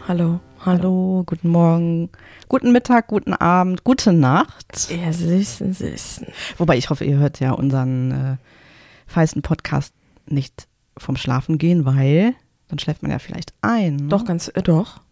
Hallo, guten Morgen, guten Mittag, guten Abend, gute Nacht. Ja, süßen. Wobei ich hoffe, ihr hört ja unseren feisten Podcast nicht vom Schlafen gehen, weil dann schläft man ja vielleicht ein. Ne? Doch.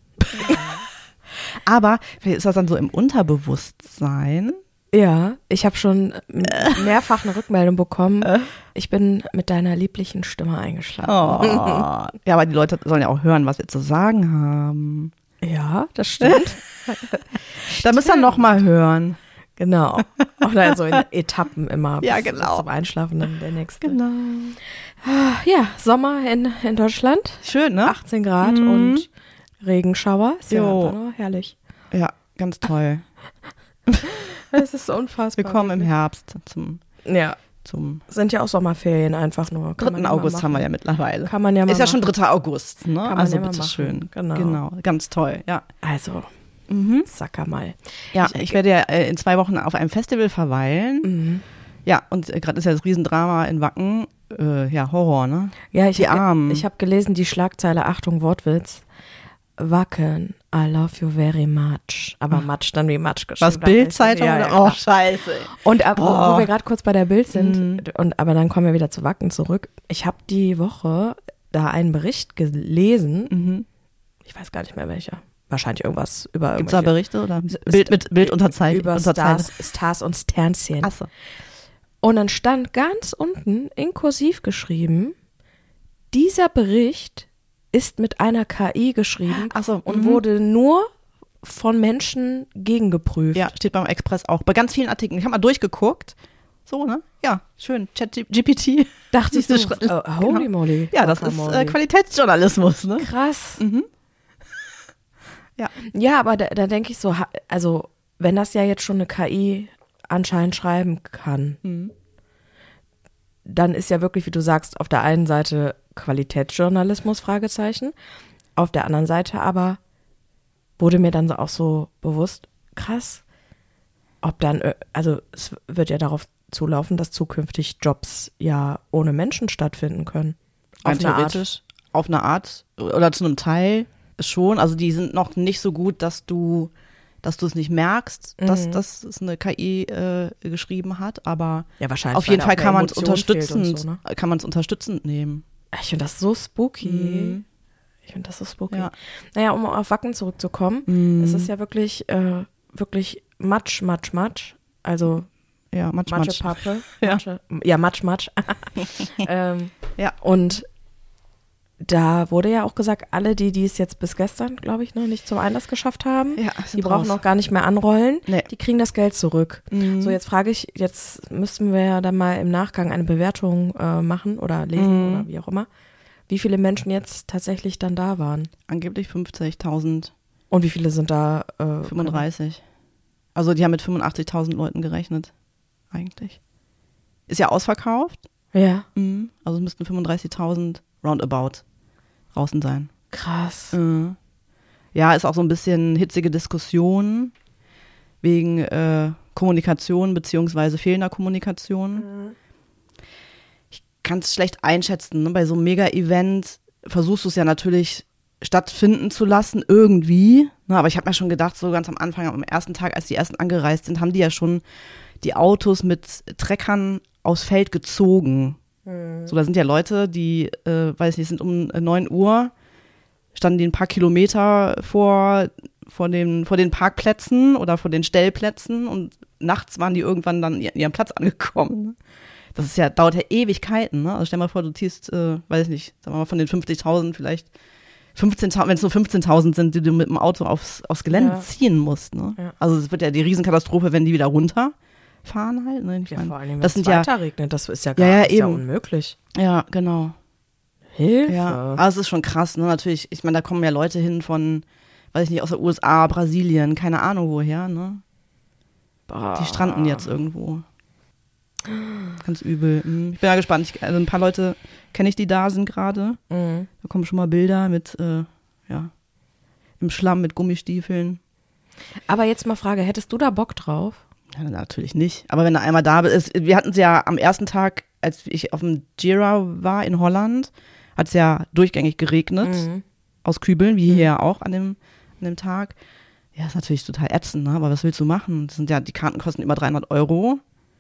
Aber vielleicht ist das dann so im Unterbewusstsein. Ja, ich habe schon mehrfach eine Rückmeldung bekommen. Ich bin mit deiner lieblichen Stimme eingeschlafen. Oh. Ja, aber die Leute sollen ja auch hören, was wir zu sagen haben. Ja, das stimmt. Da müsst ihr noch mal hören. Genau. Oder so in Etappen immer. Ja, genau. Bis zum Einschlafen dann der nächste. Genau. Ja, Sommer in Deutschland. Schön, ne? 18 Grad und Regenschauer. Ist ja einfach nur herrlich. Ja, ganz toll. Es ist unfassbar. Willkommen im Herbst zum sind ja auch Sommerferien einfach nur. 3. August haben wir ja mittlerweile. Kann man ja mal Ist ja schon machen. 3. August, ne? Kann man Also ja mal bitteschön. machen. Genau, ganz toll, ja. Also, Sacker mal. Ja, ich werde ja in 2 Wochen auf einem Festival verweilen. Ja, und gerade ist ja das Riesendrama in Wacken. Ja, Horror, ne? Ja, die Armen. Ich habe gelesen, die Schlagzeile, Achtung, Wortwitz, Wacken, I love you very much. Aber Matsch, dann wie Matsch geschrieben. Was, Bild-Zeitung? Ja, Oh, scheiße. Und wo wir gerade kurz bei der Bild sind, aber dann kommen wir wieder zu Wacken zurück. Ich habe die Woche da einen Bericht gelesen. Ich weiß gar nicht mehr welcher. Wahrscheinlich irgendwas über Gibt's da Berichte oder Bild unterzeichnet? Über Stars und Sternchen. Ach so. Und dann stand ganz unten in Kursiv geschrieben, dieser Bericht ist mit einer KI geschrieben und wurde nur von Menschen gegengeprüft. Ja, steht beim Express auch. Bei ganz vielen Artikeln. Ich habe mal durchgeguckt. So, ne? Ja, schön. ChatGPT. Dachte ich so, holy moly. Ja, das ist Qualitätsjournalismus, ne? Krass. Ja. Ja, aber da denke ich so, also wenn das ja jetzt schon eine KI anscheinend schreiben kann, dann ist ja wirklich, wie du sagst, auf der einen Seite Qualitätsjournalismus, Fragezeichen, auf der anderen Seite aber wurde mir dann auch so bewusst, krass, ob dann, also es wird ja darauf zulaufen, dass zukünftig Jobs ja ohne Menschen stattfinden können. Theoretisch, auf eine Art oder zu einem Teil schon, also die sind noch nicht so gut, dass du es nicht merkst, dass das eine KI geschrieben hat, aber ja, wahrscheinlich, auf jeden Fall kann man es unterstützend nehmen. Ich finde das so spooky. Ja. Naja, um auf Wacken zurückzukommen, es ist ja wirklich Matsch. Also ja, Matschepappe. Matsch. Ja. Und da wurde ja auch gesagt, alle, die es jetzt bis gestern, glaube ich, noch nicht zum Einlass geschafft haben, die brauchen auch gar nicht mehr anrollen, die kriegen das Geld zurück. So, jetzt müssten wir ja dann mal im Nachgang eine Bewertung machen oder lesen oder wie auch immer, wie viele Menschen jetzt tatsächlich dann da waren. Angeblich 50.000. Und wie viele sind da? 35. Also die haben mit 85.000 Leuten gerechnet, eigentlich. Ist ja ausverkauft. Ja. Also es müssten 35.000 roundabout draußen sein. Krass. Ja, ist auch so ein bisschen hitzige Diskussion wegen Kommunikation beziehungsweise fehlender Kommunikation. Ich kann es schlecht einschätzen. Ne? Bei so einem Mega-Event versuchst du es ja natürlich stattfinden zu lassen, irgendwie. Ne? Aber ich habe mir schon gedacht, so ganz am Anfang, am ersten Tag, als die ersten angereist sind, haben die ja schon die Autos mit Treckern aufs Feld gezogen. So, da sind ja Leute, die, weiß nicht, sind um 9 Uhr, standen die ein paar Kilometer vor den Parkplätzen oder vor den Stellplätzen und nachts waren die irgendwann dann an ihrem Platz angekommen. Das ist ja, dauert ja Ewigkeiten, ne? Also stell mal vor, du ziehst, weiß nicht, sagen wir mal von den 50.000 vielleicht 15.000, wenn es nur 15.000 sind, die du mit dem Auto aufs Gelände ziehen musst, ne? Ja. Also es wird ja die Riesenkatastrophe, wenn die wieder runterfahren halt. Ne? Vor allem, wenn es weiter regnet, das ist ja unmöglich. Ja, genau. Hilfe. Ja, aber es ist schon krass, ne? Natürlich, ich meine, da kommen ja Leute hin von, weiß ich nicht, aus der USA, Brasilien, keine Ahnung woher, ne? Die stranden jetzt irgendwo. Ganz übel. Ich bin ja gespannt. Also ein paar Leute kenne ich, die da sind gerade. Da kommen schon mal Bilder mit, im Schlamm mit Gummistiefeln. Aber jetzt mal Frage, hättest du da Bock drauf? Ja, natürlich nicht. Aber wenn er einmal da ist, wir hatten es ja am ersten Tag, als ich auf dem Jira war in Holland, hat es ja durchgängig geregnet. auskübeln, wie hier auch an dem Tag. Ja, ist natürlich total ätzend, ne? Aber was willst du machen? Die Karten kosten über 300 €.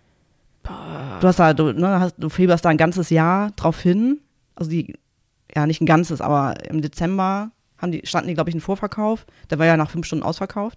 Du fieberst da ein ganzes Jahr drauf hin. Also nicht ein ganzes, aber im Dezember standen die, glaube ich, in Vorverkauf. Der war ja nach 5 Stunden ausverkauft.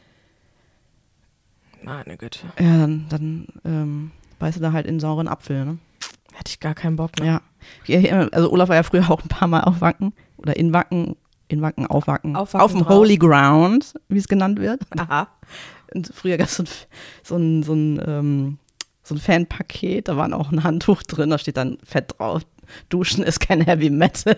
Meine Güte. Ja, dann beißt du da halt in den sauren Apfel, ne? Hätte ich gar keinen Bock, ne? Ja. Also Olaf war ja früher auch ein paar Mal auf Wacken oder in Wacken, aufwacken. Auf dem drauf. Holy Ground, wie es genannt wird. Aha. Und früher gab es so ein Fanpaket, da war auch ein Handtuch drin, da steht dann fett drauf, Duschen ist kein Heavy Metal.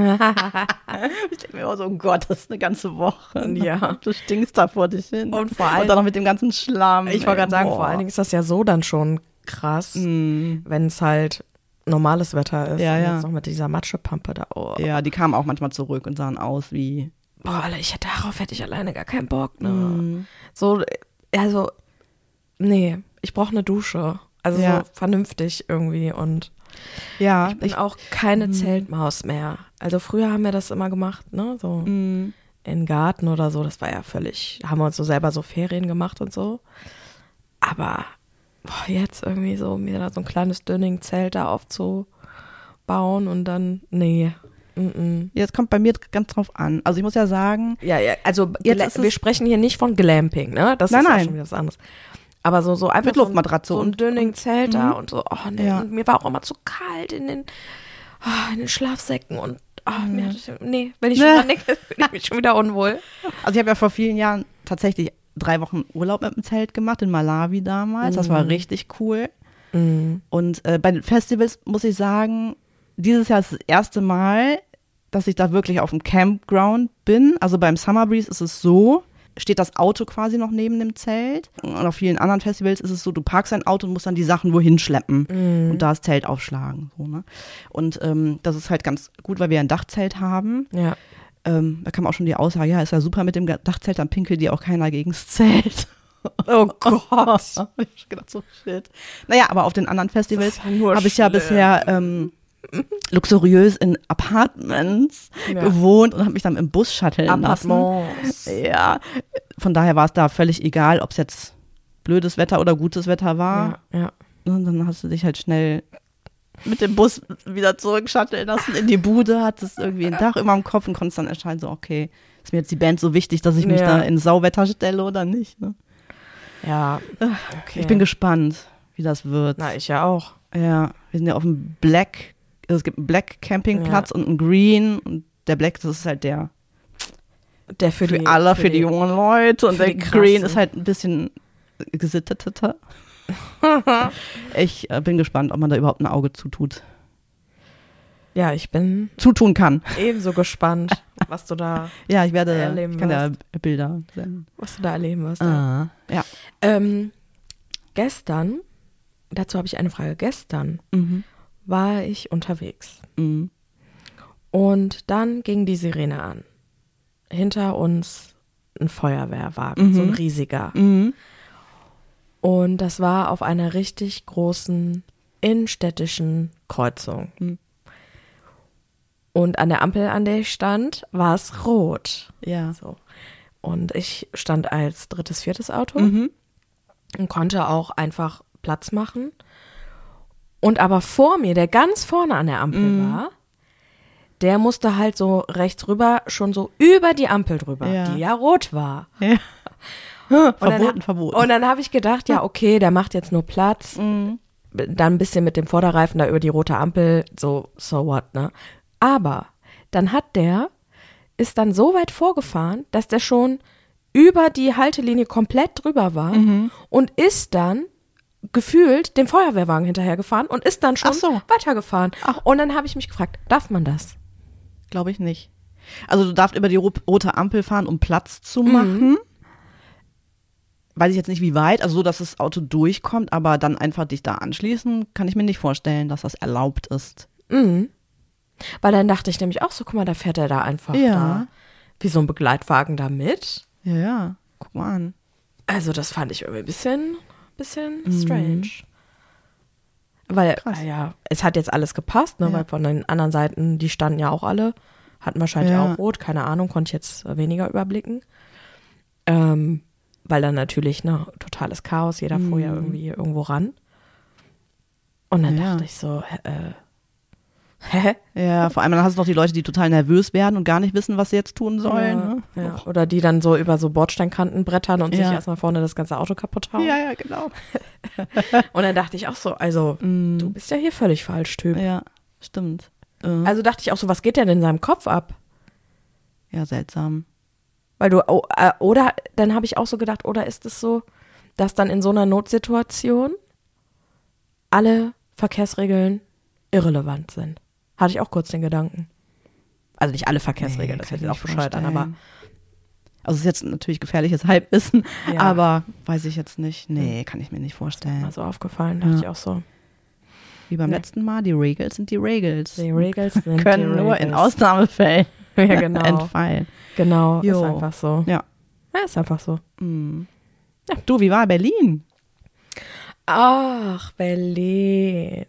Ich denke mir immer so, oh Gott, das ist eine ganze Woche. Ja. Du stinkst da vor dich hin. Und dann noch mit dem ganzen Schlamm. Ich wollte gerade sagen, vor allen Dingen ist das ja so dann schon krass, wenn es halt normales Wetter ist. Ja, und ja. jetzt noch mit dieser Matschepampe da. Oh. Ja, die kamen auch manchmal zurück und sahen aus wie. Boah, Alter, darauf hätte ich alleine gar keinen Bock, ne? So, also, nee, ich brauche eine Dusche. Also so vernünftig irgendwie und ja, ich bin auch keine Zeltmaus mehr. Also früher haben wir das immer gemacht, ne? So in den Garten oder so, das war ja völlig, haben wir uns so selber so Ferien gemacht und so. Aber jetzt irgendwie so, mir da so ein kleines Dönning-Zelt da aufzubauen und dann, nee. Jetzt kommt bei mir ganz drauf an. Also ich muss ja sagen. Ja, also wir sprechen hier nicht von Glamping, ne? Das ist ja schon wieder was anderes. Aber so einfach mit Luftmatratze so ein Dönning-Zelt da und so, Ja. Und mir war auch immer zu kalt in den Schlafsäcken und will ich schon mal nicht, fühle ich mich schon wieder unwohl. Also ich habe ja vor vielen Jahren tatsächlich 3 Wochen Urlaub mit dem Zelt gemacht, in Malawi damals. Das war richtig cool. Und bei den Festivals muss ich sagen, dieses Jahr ist das erste Mal, dass ich da wirklich auf dem Campground bin. Also beim Summer Breeze ist es so, steht das Auto quasi noch neben dem Zelt. Und auf vielen anderen Festivals ist es so, du parkst dein Auto und musst dann die Sachen wohin schleppen und da das Zelt aufschlagen. So, ne? Und das ist halt ganz gut, weil wir ein Dachzelt haben. Ja. Da kam auch schon die Aussage, ja, ist ja super mit dem Dachzelt, dann pinkelt dir auch keiner gegens Zelt. Oh Gott. Ich hab gedacht, so shit. Naja, aber auf den anderen Festivals ja habe ich ja bisher luxuriös in Apartments gewohnt und habe mich dann im Bus shutteln lassen. Ja, von daher war es da völlig egal, ob es jetzt blödes Wetter oder gutes Wetter war. Ja. Und dann hast du dich halt schnell mit dem Bus wieder zurückshutteln lassen in die Bude, hattest irgendwie ein Dach über dem Kopf und konntest dann entscheiden, so okay, ist mir jetzt die Band so wichtig, dass ich mich da in Sauwetter stelle oder nicht. Ne? Ja, okay. Ich bin gespannt, wie das wird. Na, ich ja auch. Ja, wir sind ja auf dem Black, es gibt einen Black Campingplatz und einen Green und der Black, das ist halt der für die jungen Leute und der Green ist halt ein bisschen gesitteter. Ich bin gespannt, ob man da überhaupt ein Auge zutut. Ja, ich bin zutun kann. Ebenso gespannt, was du da erleben ich kann da Bilder senden. Was du da erleben wirst. Ja. Gestern, dazu habe ich eine Frage. Gestern war ich unterwegs. Und dann ging die Sirene an. Hinter uns ein Feuerwehrwagen, so ein riesiger. Und das war auf einer richtig großen innenstädtischen Kreuzung. Und an der Ampel, an der ich stand, war es rot. Ja. So. Und ich stand als 3., 4. Auto und konnte auch einfach Platz machen. Und aber vor mir, der ganz vorne an der Ampel war, der musste halt so rechts rüber, schon so über die Ampel drüber, die ja rot war. Ja. Verboten. Und dann habe ich gedacht, ja okay, der macht jetzt nur Platz. Dann ein bisschen mit dem Vorderreifen da über die rote Ampel, so what, ne? Aber dann ist dann so weit vorgefahren, dass der schon über die Haltelinie komplett drüber war und ist dann gefühlt dem Feuerwehrwagen hinterhergefahren und ist dann schon weitergefahren. Und dann habe ich mich gefragt, darf man das? Glaube ich nicht. Also du darfst über die rote Ampel fahren, um Platz zu machen. Weiß ich jetzt nicht, wie weit, also so, dass das Auto durchkommt, aber dann einfach dich da anschließen, kann ich mir nicht vorstellen, dass das erlaubt ist. Weil dann dachte ich nämlich auch so, guck mal, da fährt er da einfach da, wie so ein Begleitwagen da mit. Ja, guck mal an. Also das fand ich irgendwie ein bisschen strange. Weil, es hat jetzt alles gepasst, ne, weil von den anderen Seiten, die standen ja auch alle hatten wahrscheinlich auch rot, keine Ahnung, konnte ich jetzt weniger überblicken. Weil dann natürlich, totales Chaos, jeder fuhr ja irgendwie irgendwo ran. Und dann dachte ich so, hä? Ja, vor allem dann hast du noch die Leute, die total nervös werden und gar nicht wissen, was sie jetzt tun sollen. Ne? Ja. Oder die dann so über so Bordsteinkanten brettern und sich erstmal vorne das ganze Auto kaputt hauen. Ja, genau. Und dann dachte ich auch so, also du bist ja hier völlig falsch, Typ. Ja, stimmt. Also dachte ich auch so, was geht denn in seinem Kopf ab? Ja, seltsam. Weil oder dann habe ich auch so gedacht, oder ist es so, dass dann in so einer Notsituation alle Verkehrsregeln irrelevant sind? Hatte ich auch kurz den Gedanken. Also nicht alle Verkehrsregeln, das hätte ich auch bescheuert an, aber. Also es ist jetzt natürlich gefährliches Halbwissen, aber weiß ich jetzt nicht. Nee, kann ich mir nicht vorstellen. Mal so aufgefallen, dachte ich auch so. Wie beim letzten Mal, die Regels sind die Regels. Die Regels sind können die nur Regels. in Ausnahmefällen genau. entfallen. Genau, Jo. ist einfach so. Ja. Ja, ist einfach so. Ja. Du, wie war Berlin? Ach, Berlin.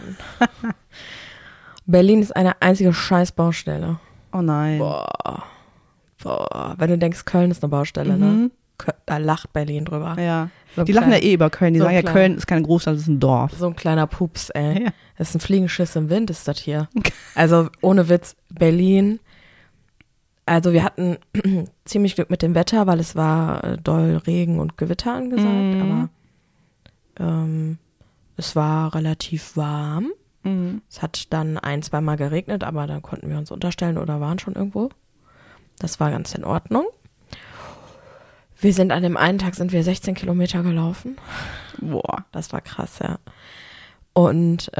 Berlin ist eine einzige Scheißbaustelle. Oh nein. Boah. Wenn du denkst, Köln ist eine Baustelle, ne? Da lacht Berlin drüber. Ja. So Die lachen ja eh über Köln. Die so sagen ja, klein. Köln ist keine Großstadt, das ist ein Dorf. So ein kleiner Pups, ey. Ja. Das ist ein Fliegenschiss im Wind, ist das hier. Also ohne Witz, Berlin. Also wir hatten ziemlich Glück mit dem Wetter, weil es war doll Regen und Gewitter angesagt, aber es war relativ warm. Es hat dann 1-2 Mal geregnet, aber dann konnten wir uns unterstellen oder waren schon irgendwo. Das war ganz in Ordnung. Wir sind an dem einen Tag 16 Kilometer gelaufen. Boah. Das war krass, ja. Und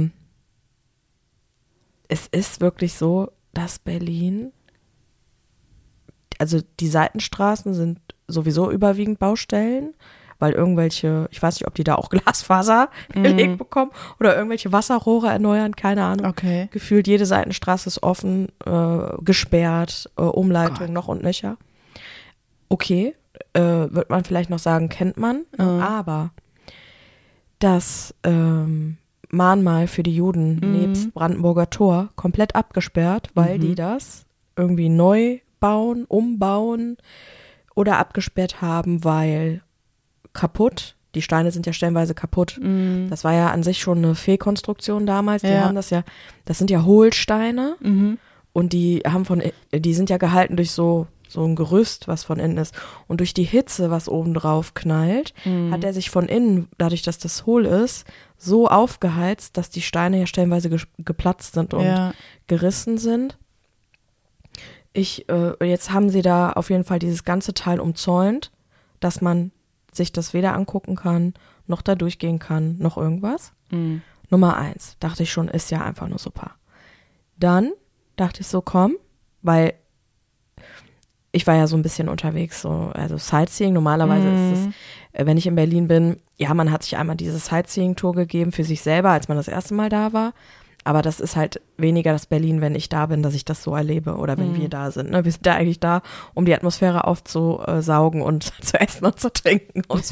es ist wirklich so, dass Berlin, also die Seitenstraßen sind sowieso überwiegend Baustellen, weil irgendwelche, ich weiß nicht, ob die da auch Glasfaser gelegt bekommen oder irgendwelche Wasserrohre erneuern, keine Ahnung. Okay. Gefühlt jede Seitenstraße ist offen, gesperrt, Umleitung Gott. noch und nöcher. Okay, wird man vielleicht noch sagen, kennt man, aber das Mahnmal für die Juden nebst Brandenburger Tor komplett abgesperrt, weil die das irgendwie neu bauen, umbauen oder abgesperrt haben, weil kaputt. Die Steine sind ja stellenweise kaputt. Das war ja an sich schon eine Fehlkonstruktion damals. Die haben das sind ja Hohlsteine und die sind ja gehalten durch so ein Gerüst, was von innen ist. Und durch die Hitze, was oben drauf knallt, hat er sich von innen, dadurch, dass das hohl ist, so aufgeheizt, dass die Steine ja stellenweise geplatzt sind und gerissen sind. Jetzt haben sie da auf jeden Fall dieses ganze Teil umzäunt, dass man sich das weder angucken kann, noch da durchgehen kann, noch irgendwas. Nummer 1, dachte ich schon, ist ja einfach nur super. Dann dachte ich so, komm, weil ich war ja so ein bisschen unterwegs, also Sightseeing. Normalerweise ist es, wenn ich in Berlin bin, ja, man hat sich einmal diese Sightseeing-Tour gegeben für sich selber, als man das erste Mal da war. Aber das ist halt weniger das Berlin, wenn ich da bin, dass ich das so erlebe oder wenn wir da sind. Ne? Wir sind da eigentlich da, um die Atmosphäre aufzusaugen und zu essen und zu trinken und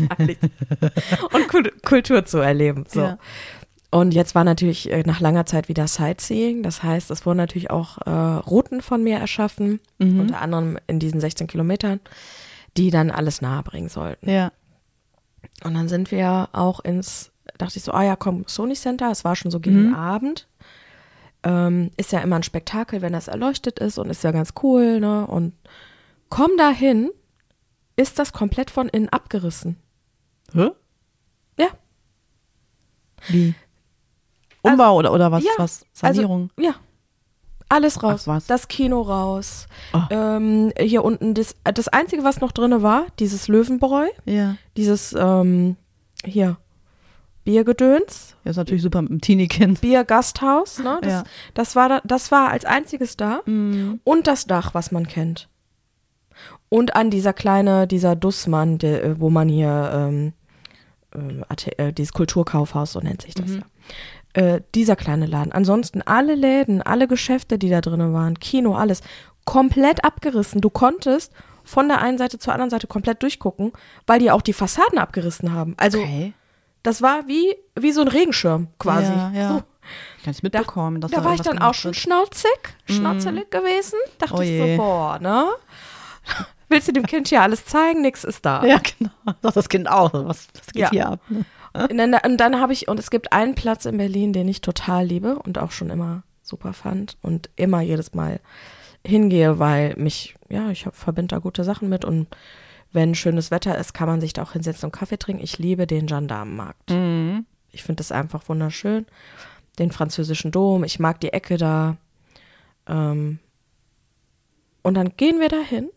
Kultur zu erleben. So. Ja. Und jetzt war natürlich nach langer Zeit wieder Sightseeing. Das heißt, es wurden natürlich auch Routen von mir erschaffen, unter anderem in diesen 16 Kilometern, die dann alles nahebringen sollten. Ja. Und dann sind wir auch dachte ich so, komm, Sony Center, es war schon so gegen Abend. Ist ja immer ein Spektakel, wenn das erleuchtet ist und ist ja ganz cool, ne? Und komm dahin, ist das komplett von innen abgerissen. Hä? Ja. Wie? Umbau oder was? Ja, Was? Sanierung? Also, ja. Alles raus. Ach, was? Das Kino raus. Oh. Hier unten, das Einzige, was noch drin war, dieses Löwenbräu. Ja. Dieses, hier, Biergedöns. Ja, ist natürlich super mit dem Teenie-Kind. Biergasthaus, ne? Das war als einziges da. Und das Dach, was man kennt. Und an dieser Dussmann, wo man hier, dieses Kulturkaufhaus, so nennt sich das ja. Dieser kleine Laden. Ansonsten alle Läden, alle Geschäfte, die da drin waren, Kino, alles, komplett abgerissen. Du konntest von der einen Seite zur anderen Seite komplett durchgucken, weil die auch die Fassaden abgerissen haben. Also, okay. Das war wie so ein Regenschirm quasi. Ja. So. gar nicht mitbekommen. Dass da war ich dann auch schon schnauzelig gewesen. Dachte ich so, boah, ne? Willst du dem Kind hier alles zeigen? Nix ist da. Ja, genau. Sagt das Kind auch. Was geht hier ab? Ne? Und dann habe ich, und es gibt einen Platz in Berlin, den ich total liebe und auch schon immer super fand und immer jedes Mal hingehe, weil ich verbinde da gute Sachen mit und wenn schönes Wetter ist, kann man sich da auch hinsetzen und Kaffee trinken. Ich liebe den Gendarmenmarkt. Mhm. Ich finde das einfach wunderschön. Den französischen Dom, ich mag die Ecke da. Und dann gehen wir dahin.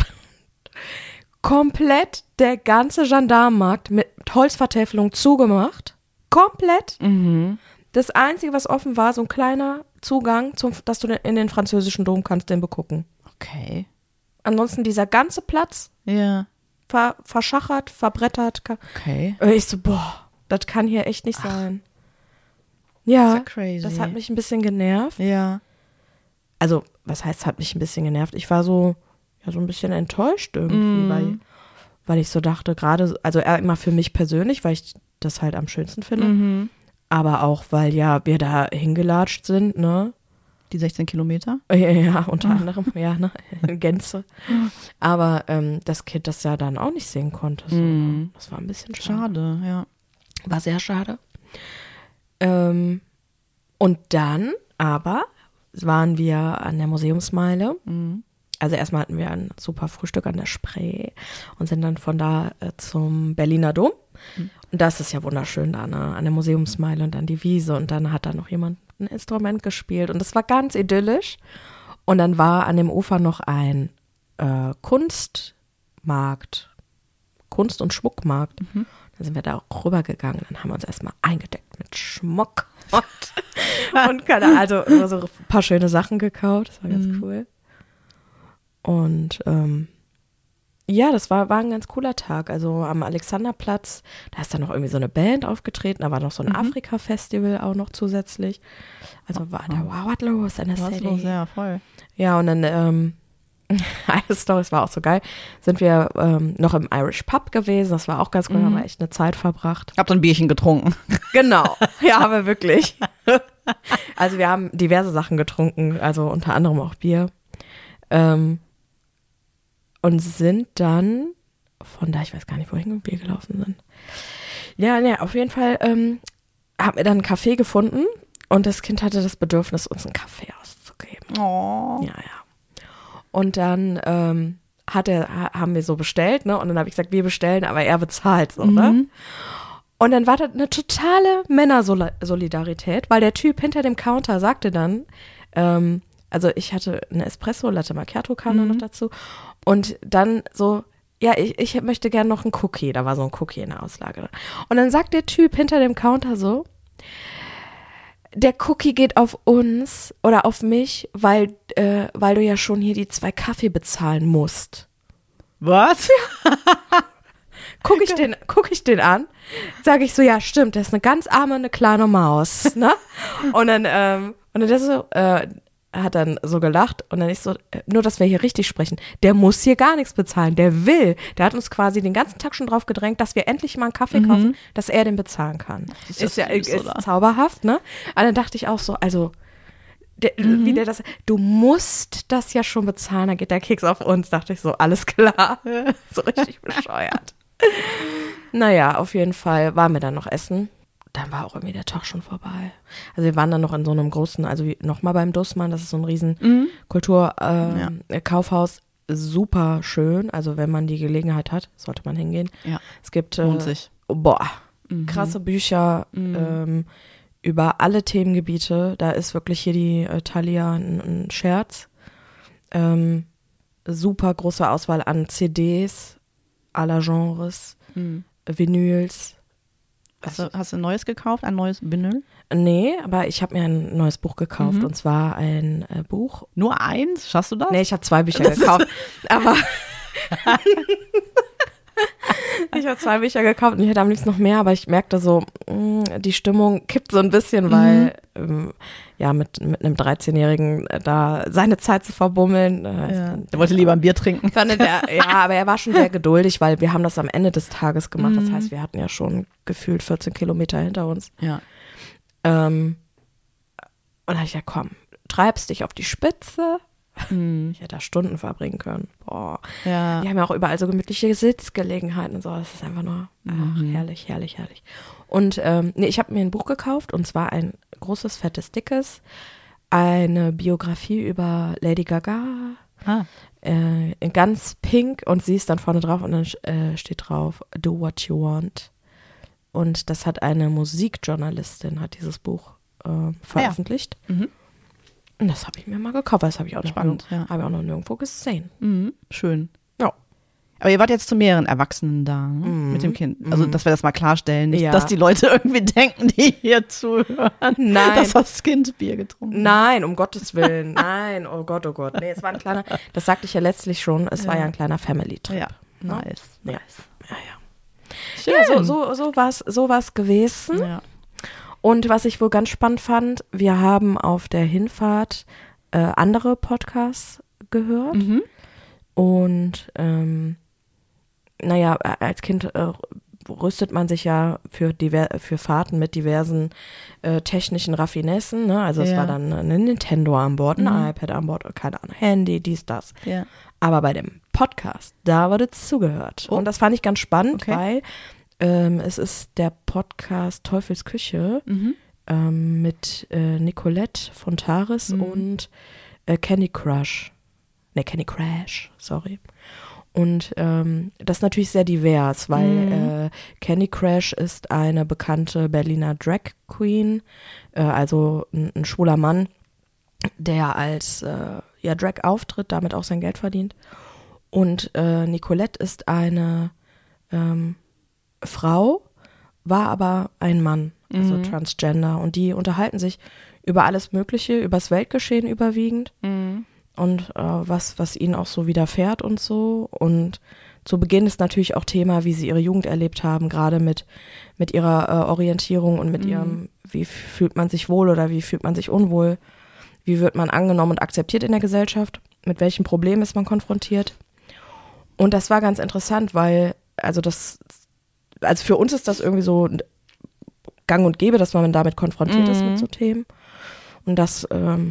Komplett der ganze Gendarmenmarkt mit Holzvertäfelung zugemacht. Komplett. Mhm. Das Einzige, was offen war, so ein kleiner Zugang, dass du in den französischen Dom kannst, den begucken. Okay. Ansonsten dieser ganze Platz verschachert, verbrettert. Okay. Ich so, boah, das kann hier echt nicht sein. Ja, das ist ja crazy. Das hat mich ein bisschen genervt. Ja. Also, was heißt, hat mich ein bisschen genervt? Ich war so ein bisschen enttäuscht irgendwie, weil ich so dachte, gerade, also immer für mich persönlich, weil ich das halt am schönsten finde, aber auch, weil ja wir da hingelatscht sind, ne? Die 16 Kilometer? Ja, unter anderem, ja, ne? In Gänze. Aber das Kind das ja dann auch nicht sehen konnte. So, ne? Das war ein bisschen schade. Ja. War sehr schade. Und dann aber waren wir an der Museumsmeile. Also erstmal hatten wir ein super Frühstück an der Spree und sind dann von da zum Berliner Dom. Und das ist ja wunderschön da, ne? An der Museumsmeile und dann die Wiese. Und dann hat da noch jemand ein Instrument gespielt. Und das war ganz idyllisch. Und dann war an dem Ufer noch ein Kunstmarkt, Kunst- und Schmuckmarkt. Dann sind wir da auch rübergegangen. Dann haben wir uns erstmal eingedeckt mit Schmuck und also nur so ein paar schöne Sachen gekauft. Das war ganz cool. Und ja, das war ein ganz cooler Tag. Also am Alexanderplatz, da ist dann noch irgendwie so eine Band aufgetreten, da war noch so ein Afrika-Festival auch noch zusätzlich. Also da war was los in der City. Los, ja, voll. Ja, und dann, eine Story, es war auch so geil, sind wir noch im Irish Pub gewesen, das war auch ganz cool, haben wir echt eine Zeit verbracht. Hab so ein Bierchen getrunken. Genau, ja, aber wirklich. Also wir haben diverse Sachen getrunken, also unter anderem auch Bier. Und sind dann von da, ich weiß gar nicht, wohin wir gelaufen sind. Ja, ne, auf jeden Fall haben wir dann einen Café gefunden und das Kind hatte das Bedürfnis, uns einen Kaffee auszugeben. Oh. Ja. Und dann haben wir so bestellt, ne? Und dann habe ich gesagt, wir bestellen, aber er bezahlt so, ne? Und dann war das eine totale Männersolidarität, weil der Typ hinter dem Counter sagte dann, also ich hatte eine Espresso, Latte Macchiato kam dann noch dazu. Und dann so, ja, ich möchte gerne noch einen Cookie. Da war so ein Cookie in der Auslage. Und dann sagt der Typ hinter dem Counter so, der Cookie geht auf uns oder auf mich, weil du ja schon hier die 2 Kaffee bezahlen musst. Was? Guck ich den an, sage ich so, ja, stimmt, der ist eine ganz arme, eine kleine Maus, ne? Und dann der so, hat dann so gelacht und dann ist so, nur, dass wir hier richtig sprechen, der muss hier gar nichts bezahlen, der hat uns quasi den ganzen Tag schon drauf gedrängt, dass wir endlich mal einen Kaffee kaufen, dass er den bezahlen kann. Ist zauberhaft, ne? Aber dann dachte ich auch so, also, wie der das, du musst das ja schon bezahlen, dann geht der Keks auf uns, dachte ich so, alles klar, so richtig bescheuert. Naja, auf jeden Fall waren wir dann noch essen. Dann war auch irgendwie der Tag schon vorbei. Also wir waren dann noch in so einem großen, also nochmal beim Dussmann, das ist so ein riesen Kulturkaufhaus, super schön. Also wenn man die Gelegenheit hat, sollte man hingehen. Ja, es gibt lohnt sich. Krasse Bücher über alle Themengebiete. Da ist wirklich hier die Thalia ein Scherz. Super große Auswahl an CDs aller Genres, Vinyls. Hast du ein neues gekauft, ein neues Vinyl? Nee, aber ich habe mir ein neues Buch gekauft und zwar ein Buch. Nur eins? Schaffst du das? Nee, ich habe 2 Bücher gekauft, aber ich habe 2 Bücher gekauft und ich hätte am liebsten noch mehr, aber ich merkte so, die Stimmung kippt so ein bisschen, weil mit einem 13-Jährigen da seine Zeit zu verbummeln. Der wollte lieber ein Bier trinken. Aber er war schon sehr geduldig, weil wir haben das am Ende des Tages gemacht. Das heißt, wir hatten ja schon gefühlt 14 Kilometer hinter uns. Ja. Und da habe ich gesagt, komm, treibst dich auf die Spitze. Ich hätte da Stunden verbringen können. Boah. Ja. Die haben ja auch überall so gemütliche Sitzgelegenheiten und so. Das ist einfach nur herrlich, herrlich, herrlich. Und ich habe mir ein Buch gekauft und zwar ein großes, fettes, dickes. Eine Biografie über Lady Gaga. In ganz pink und sie ist dann vorne drauf und dann steht drauf, do what you want. Und das hat eine Musikjournalistin, hat dieses Buch veröffentlicht. Und das habe ich mir mal gekauft, das habe ich auch noch, habe ich auch noch nirgendwo gesehen. Schön. Ja. Aber ihr wart jetzt zu mehreren Erwachsenen da, ne? Mit dem Kind. Also, dass wir das mal klarstellen. Nicht, dass die Leute irgendwie denken, die hier zuhören, dass das Kind Bier getrunken hat. Nein, um Gottes Willen. Nein, oh Gott, oh Gott. Nee, es war ein kleiner, das sagte ich ja letztlich schon, es war ja ein kleiner Family-Trip. Ja, nice. Ja. Schön. Ja, so war's gewesen. Ja. Und was ich wohl ganz spannend fand, wir haben auf der Hinfahrt andere Podcasts gehört. Und als Kind rüstet man sich ja für Fahrten mit diversen technischen Raffinessen. Ne? Also es war dann ein Nintendo an Bord, ein iPad an Bord, keine Ahnung, Handy, dies, das. Ja. Aber bei dem Podcast, da wurde zugehört. Und das fand ich ganz spannend, weil es ist der Podcast Teufels Küche mit Nicolette von Taris und Candy Crash, sorry. Und das ist natürlich sehr divers, weil Candy Crash ist eine bekannte Berliner Drag Queen, also ein schwuler Mann, der als Drag auftritt, damit auch sein Geld verdient. Und Nicolette ist eine Frau, war aber ein Mann, also Transgender. Und die unterhalten sich über alles Mögliche, übers Weltgeschehen überwiegend. Und was ihnen auch so widerfährt und so. Und zu Beginn ist natürlich auch Thema, wie sie ihre Jugend erlebt haben, gerade mit ihrer Orientierung und mit ihrem, wie fühlt man sich wohl oder wie fühlt man sich unwohl, wie wird man angenommen und akzeptiert in der Gesellschaft, mit welchen Problemen ist man konfrontiert. Und das war ganz interessant, weil, also für uns ist das irgendwie so gang und gäbe, dass man damit konfrontiert ist mit so Themen. Und das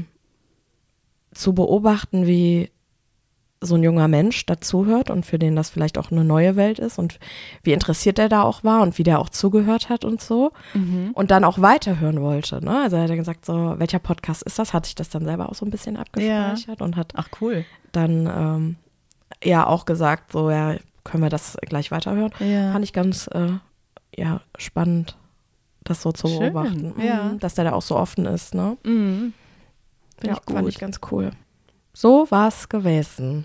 zu beobachten, wie so ein junger Mensch dazuhört und für den das vielleicht auch eine neue Welt ist und wie interessiert er da auch war und wie der auch zugehört hat und so und dann auch weiterhören wollte. Ne? Also er hat gesagt, so, welcher Podcast ist das? Hat sich das dann selber auch so ein bisschen abgespeichert und hat dann auch gesagt, so, ja, können wir das gleich weiterhören. Ja. Fand ich ganz spannend, das so zu beobachten. Dass der da auch so offen ist, ne? Fand ich ganz cool. So war's gewesen.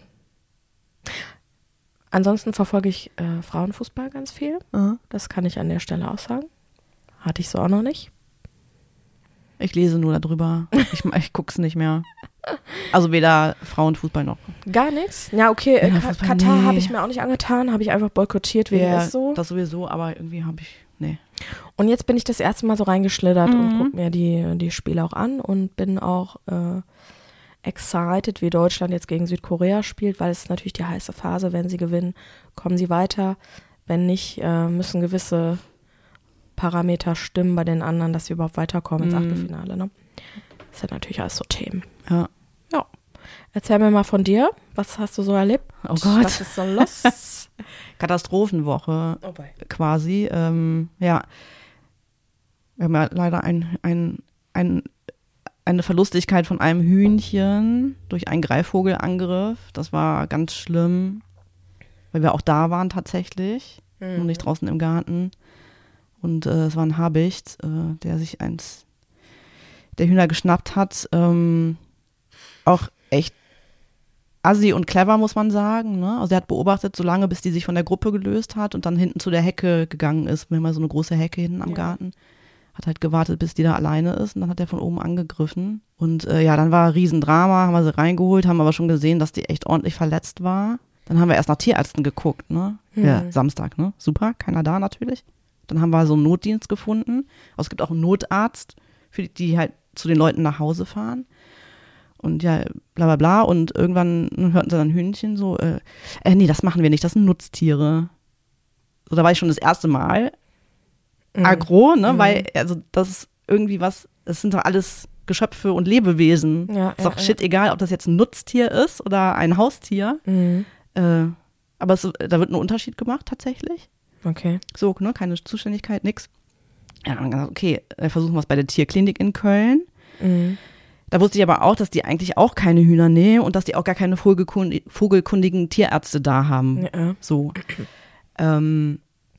Ansonsten verfolge ich Frauenfußball ganz viel. Das kann ich an der Stelle auch sagen. Hatte ich so auch noch nicht. Ich lese nur darüber. Ich guck's nicht mehr. Also weder Frauenfußball noch. Gar nichts? Ja, okay. Katar habe ich mir auch nicht angetan. Habe ich einfach boykottiert, wegen ist so. Das sowieso, aber irgendwie habe ich, nee. Und jetzt bin ich das erste Mal so reingeschlittert und gucke mir die Spiele auch an und bin auch excited, wie Deutschland jetzt gegen Südkorea spielt, weil es ist natürlich die heiße Phase. Wenn sie gewinnen, kommen sie weiter. Wenn nicht, müssen gewisse Parameter stimmen bei den anderen, dass sie überhaupt weiterkommen ins Achtelfinale. Ne? Das sind natürlich alles so Themen. Ja. Erzähl mir mal von dir. Was hast du so erlebt? Oh Gott. Was ist so los? Katastrophenwoche quasi. Wir haben ja leider eine Verlustigkeit von einem Hühnchen durch einen Greifvogelangriff. Das war ganz schlimm, weil wir auch da waren tatsächlich und nicht draußen im Garten. Und es war ein Habicht, der sich eins der Hühner geschnappt hat. Auch echt assi und clever, muss man sagen. Ne? Also er hat beobachtet, so lange, bis die sich von der Gruppe gelöst hat und dann hinten zu der Hecke gegangen ist. Wir haben mal so eine große Hecke hinten am Garten. Hat halt gewartet, bis die da alleine ist und dann hat er von oben angegriffen. Und dann war ein Riesendrama, haben wir sie reingeholt, haben aber schon gesehen, dass die echt ordentlich verletzt war. Dann haben wir erst nach Tierärzten geguckt, ne? Ja, Samstag, ne? Super, keiner da natürlich. Dann haben wir so einen Notdienst gefunden. Also es gibt auch einen Notarzt, für die halt zu den Leuten nach Hause fahren. Und ja, bla bla bla. Und irgendwann hörten sie dann Hühnchen so, nee, das machen wir nicht, das sind Nutztiere. So, da war ich schon das erste Mal aggro, ne, weil, also das ist irgendwie was, das sind doch alles Geschöpfe und Lebewesen. Ja, Ist doch shit egal, ob das jetzt ein Nutztier ist oder ein Haustier. Aber da wird ein Unterschied gemacht tatsächlich. Okay. So, ne, keine Zuständigkeit, nix. Ja, dann gesagt, okay, versuchen wir es bei der Tierklinik in Köln. Da wusste ich aber auch, dass die eigentlich auch keine Hühner nähen und dass die auch gar keine vogelkundigen Tierärzte da haben. Ja. So. Sind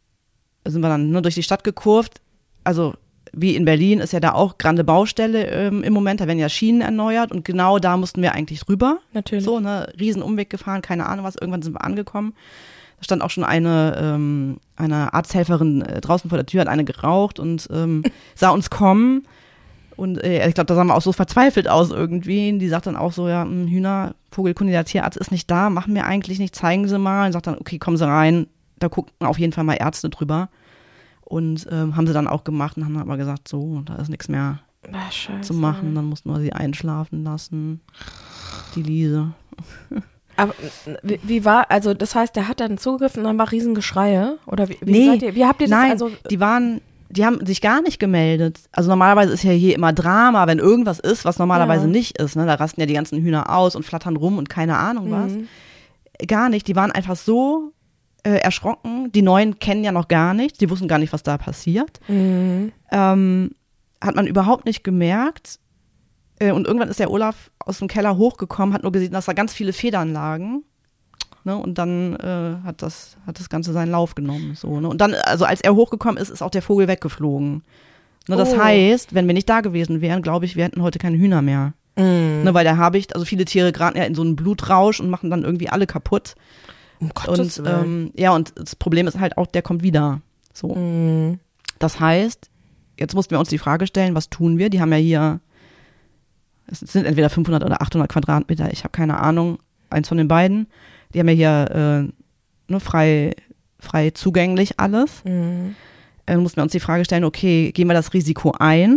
wir dann nur durch die Stadt gekurvt. Also wie in Berlin ist ja da auch grande Baustelle im Moment, da werden ja Schienen erneuert und genau da mussten wir eigentlich rüber. Natürlich. So, ne, riesen Umweg gefahren, keine Ahnung was, irgendwann sind wir angekommen. Da stand auch schon eine Arzthelferin draußen vor der Tür, hat eine geraucht und sah uns kommen. Und ich glaube, da sahen wir auch so verzweifelt aus irgendwie. Die sagt dann auch so, ja, Hühner, vogelkundiger Tierarzt ist nicht da, machen wir eigentlich nicht, zeigen Sie mal. Und sagt dann, okay, kommen Sie rein, da gucken auf jeden Fall mal Ärzte drüber. Und haben sie dann auch gemacht und haben aber gesagt, so, da ist nichts mehr zu machen. Dann mussten wir sie einschlafen lassen, die Liese. Aber wie war, also das heißt, der hat dann zugegriffen und dann war Riesengeschreie? Oder wie nee, seid ihr, wie habt ihr das? Nein, also die haben sich gar nicht gemeldet. Also normalerweise ist ja hier immer Drama, wenn irgendwas ist, was normalerweise nicht ist. Ne? Da rasten ja die ganzen Hühner aus und flattern rum und keine Ahnung was. Gar nicht, die waren einfach so erschrocken. Die Neuen kennen ja noch gar nichts, die wussten gar nicht, was da passiert. Hat man überhaupt nicht gemerkt. Und irgendwann ist der Olaf aus dem Keller hochgekommen, hat nur gesehen, dass da ganz viele Federn lagen. Ne? Und dann hat das Ganze seinen Lauf genommen. So, ne? Und dann, also als er hochgekommen ist, ist auch der Vogel weggeflogen. Ne? Das heißt, wenn wir nicht da gewesen wären, glaube ich, wir hätten heute keine Hühner mehr. Ne? Weil der Habicht, also viele Tiere geraten ja in so einen Blutrausch und machen dann irgendwie alle kaputt. Um Gottes Willen. Und das Problem ist halt auch, der kommt wieder. So. Das heißt, jetzt mussten wir uns die Frage stellen, was tun wir? Die haben ja hier, es sind entweder 500 oder 800 Quadratmeter, ich habe keine Ahnung, eins von den beiden. Die haben ja hier frei zugänglich alles. Mussten wir uns die Frage stellen, okay, gehen wir das Risiko ein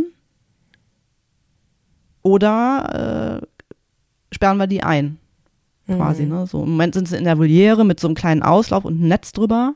oder sperren wir die ein? Quasi, ne? So im Moment sind sie in der Voliere mit so einem kleinen Auslauf und einem Netz drüber.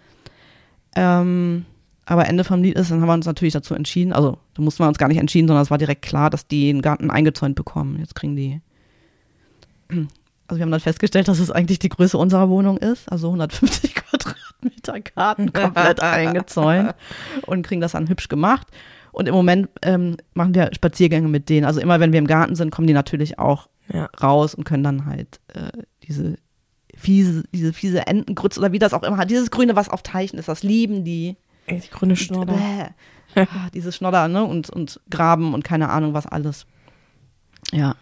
Aber Ende vom Lied ist, dann haben wir uns natürlich dazu entschieden, also da mussten wir uns gar nicht entschieden, sondern es war direkt klar, dass die den Garten eingezäunt bekommen. Jetzt kriegen die, also wir haben dann festgestellt, dass es eigentlich die Größe unserer Wohnung ist, also 150 Quadratmeter Garten komplett eingezäunt und kriegen das dann hübsch gemacht. Und im Moment machen wir Spaziergänge mit denen. Also immer, wenn wir im Garten sind, kommen die natürlich auch raus und können dann halt diese fiese Entengrütze oder wie das auch immer hat. Dieses Grüne, was auf Teichen ist, das lieben die. Die grüne Schnodder. Dieses Schnodder, ne? Und Graben und keine Ahnung was alles. Ja.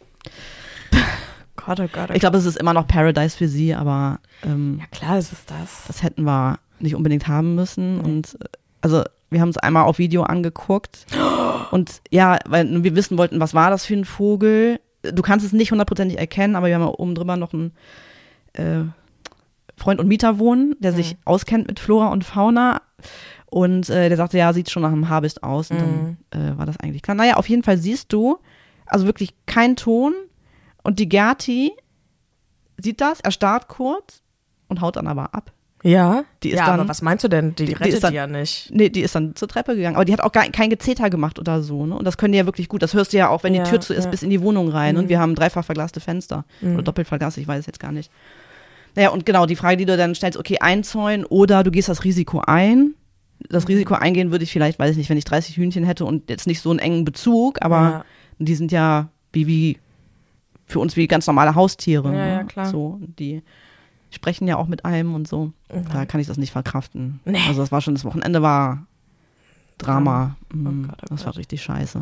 Gott, oh Gott. Ich glaube, es ist immer noch Paradise für sie, aber ja klar, es ist das. Das hätten wir nicht unbedingt haben müssen. Und also wir haben uns einmal auf Video angeguckt und ja, weil wir wissen wollten, was war das für ein Vogel. Du kannst es nicht hundertprozentig erkennen, aber wir haben ja oben drüber noch einen Freund und Mieter wohnen, der sich auskennt mit Flora und Fauna. Und der sagte, ja, sieht schon nach einem Habicht aus. Und dann war das eigentlich klar. Naja, auf jeden Fall siehst du, also wirklich kein Ton. Und die Gerti sieht das, erstarrt kurz und haut dann aber ab. Ja, die ist dann, aber was meinst du denn? Die rettet dann, die ja nicht. Nee, die ist dann zur Treppe gegangen. Aber die hat auch kein Gezeter gemacht oder so. Ne? Und das können die ja wirklich gut. Das hörst du ja auch, wenn die Tür zu ist, bis in die Wohnung rein. Und wir haben dreifach verglaste Fenster. Oder doppelt verglast, ich weiß es jetzt gar nicht. Naja, und genau, die Frage, die du dann stellst, okay, einzäunen oder du gehst das Risiko ein. Das Risiko eingehen würde ich vielleicht, weiß ich nicht, wenn ich 30 Hühnchen hätte und jetzt nicht so einen engen Bezug, aber die sind ja wie für uns wie ganz normale Haustiere. Ja, klar. So, die sprechen ja auch mit einem und so. Da kann ich das nicht verkraften. Nee. Also das war schon, das Wochenende war Drama. Oh Gott, das war richtig scheiße.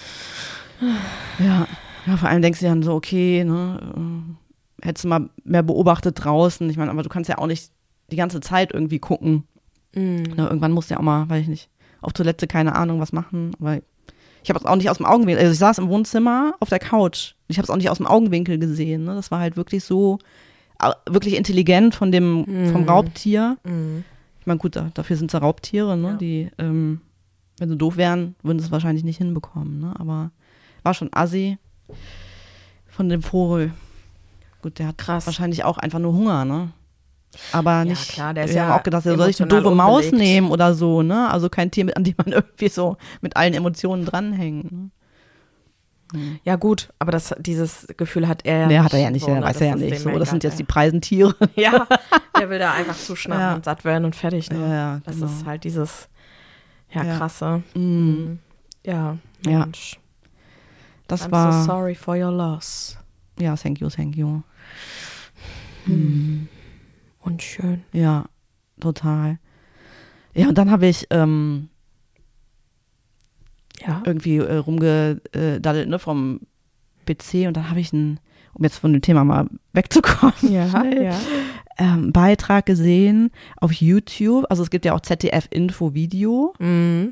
Ja, vor allem denkst du dann so, okay, ne, hättest du mal mehr beobachtet draußen. Ich meine, aber du kannst ja auch nicht die ganze Zeit irgendwie gucken. Na, irgendwann musst du ja auch mal, weiß ich nicht, auf Toilette, keine Ahnung, was machen. Aber ich habe es auch nicht aus dem Augenwinkel, also ich saß im Wohnzimmer auf der Couch. Ich habe es auch nicht aus dem Augenwinkel gesehen. Ne? Das war halt wirklich so, wirklich intelligent vom Raubtier. Ich meine, gut, dafür sind es ja Raubtiere, ne? Die, wenn sie doof wären, würden sie es wahrscheinlich nicht hinbekommen. Ne? Aber war schon assi von dem Vogel. Gut, der hat wahrscheinlich auch einfach nur Hunger, ne? Aber nicht, klar, der ist wir haben auch gedacht, soll ich eine doofe Maus nehmen oder so, ne? Also kein Tier, an dem man irgendwie so mit allen Emotionen dranhängt. Ne? Ja gut, aber dieses Gefühl hat er ja Nee, nicht. hat er ja nicht, so, der ne? weiß er ja ist nicht. dem So, das sind egal, jetzt die Preisentiere. Ja, der will da einfach zuschnappen Ja. und satt werden und fertig. Ne? Ja, Das genau. ist halt dieses, Ja. krasse. Mhm. Ja, Ja. Mensch. Das I'm war, so sorry for your loss. ja, thank you. Unschön. Ja, total. Ja, und dann habe ich Ja. irgendwie rumgedaddelt, ne, vom PC, und dann habe ich um jetzt von dem Thema mal wegzukommen, schnell, ja. Beitrag gesehen auf YouTube, also es gibt ja auch ZDF-Info-Video, Mhm.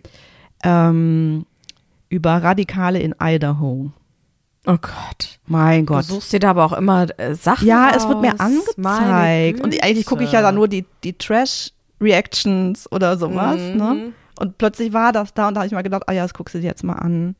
über Radikale in Idaho. Oh Gott. Mein Du Gott. suchst dir da aber auch immer Sachen Ja, raus. es wird mir angezeigt. Und eigentlich gucke ich ja da nur die Trash-Reactions oder sowas, ne? Und plötzlich war das da und da habe ich mal gedacht, das guckst du dir jetzt mal an.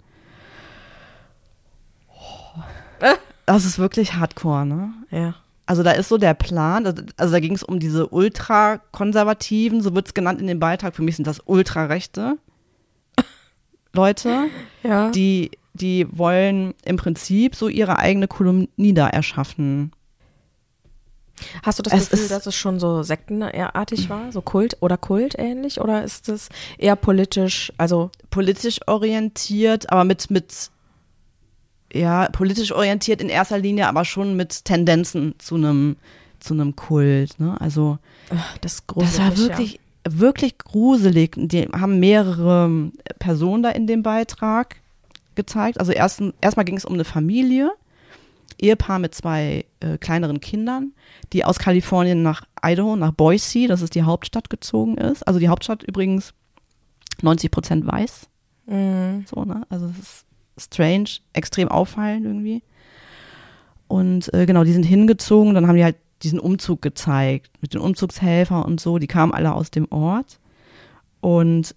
Das ist wirklich hardcore, ne? Ja. Also da ist so der Plan, also da ging es um diese Ultrakonservativen, so wird es genannt in dem Beitrag. Für mich sind das Ultrarechte Leute, Ja. die wollen im Prinzip so ihre eigene Kolonie da erschaffen. Hast du das Es Gefühl, ist- dass es schon so sektenartig war? So kultähnlich? Oder ist es eher politisch, also Politisch orientiert, aber mit politisch orientiert in erster Linie, aber schon mit Tendenzen zu einem Kult, ne? Also das ist das gruselig, war wirklich, wirklich gruselig. Die haben mehrere Personen da in dem Beitrag gezeigt. Also erstmal ging es um eine Familie, Ehepaar mit 2 kleineren Kindern, die aus Kalifornien nach Idaho, nach Boise, das ist die Hauptstadt, gezogen ist. Also die Hauptstadt übrigens 90% weiß. So, ne? Also es ist strange, extrem auffallend irgendwie. Und genau, die sind hingezogen, dann haben die halt diesen Umzug gezeigt, mit den Umzugshelfern und so, die kamen alle aus dem Ort. Und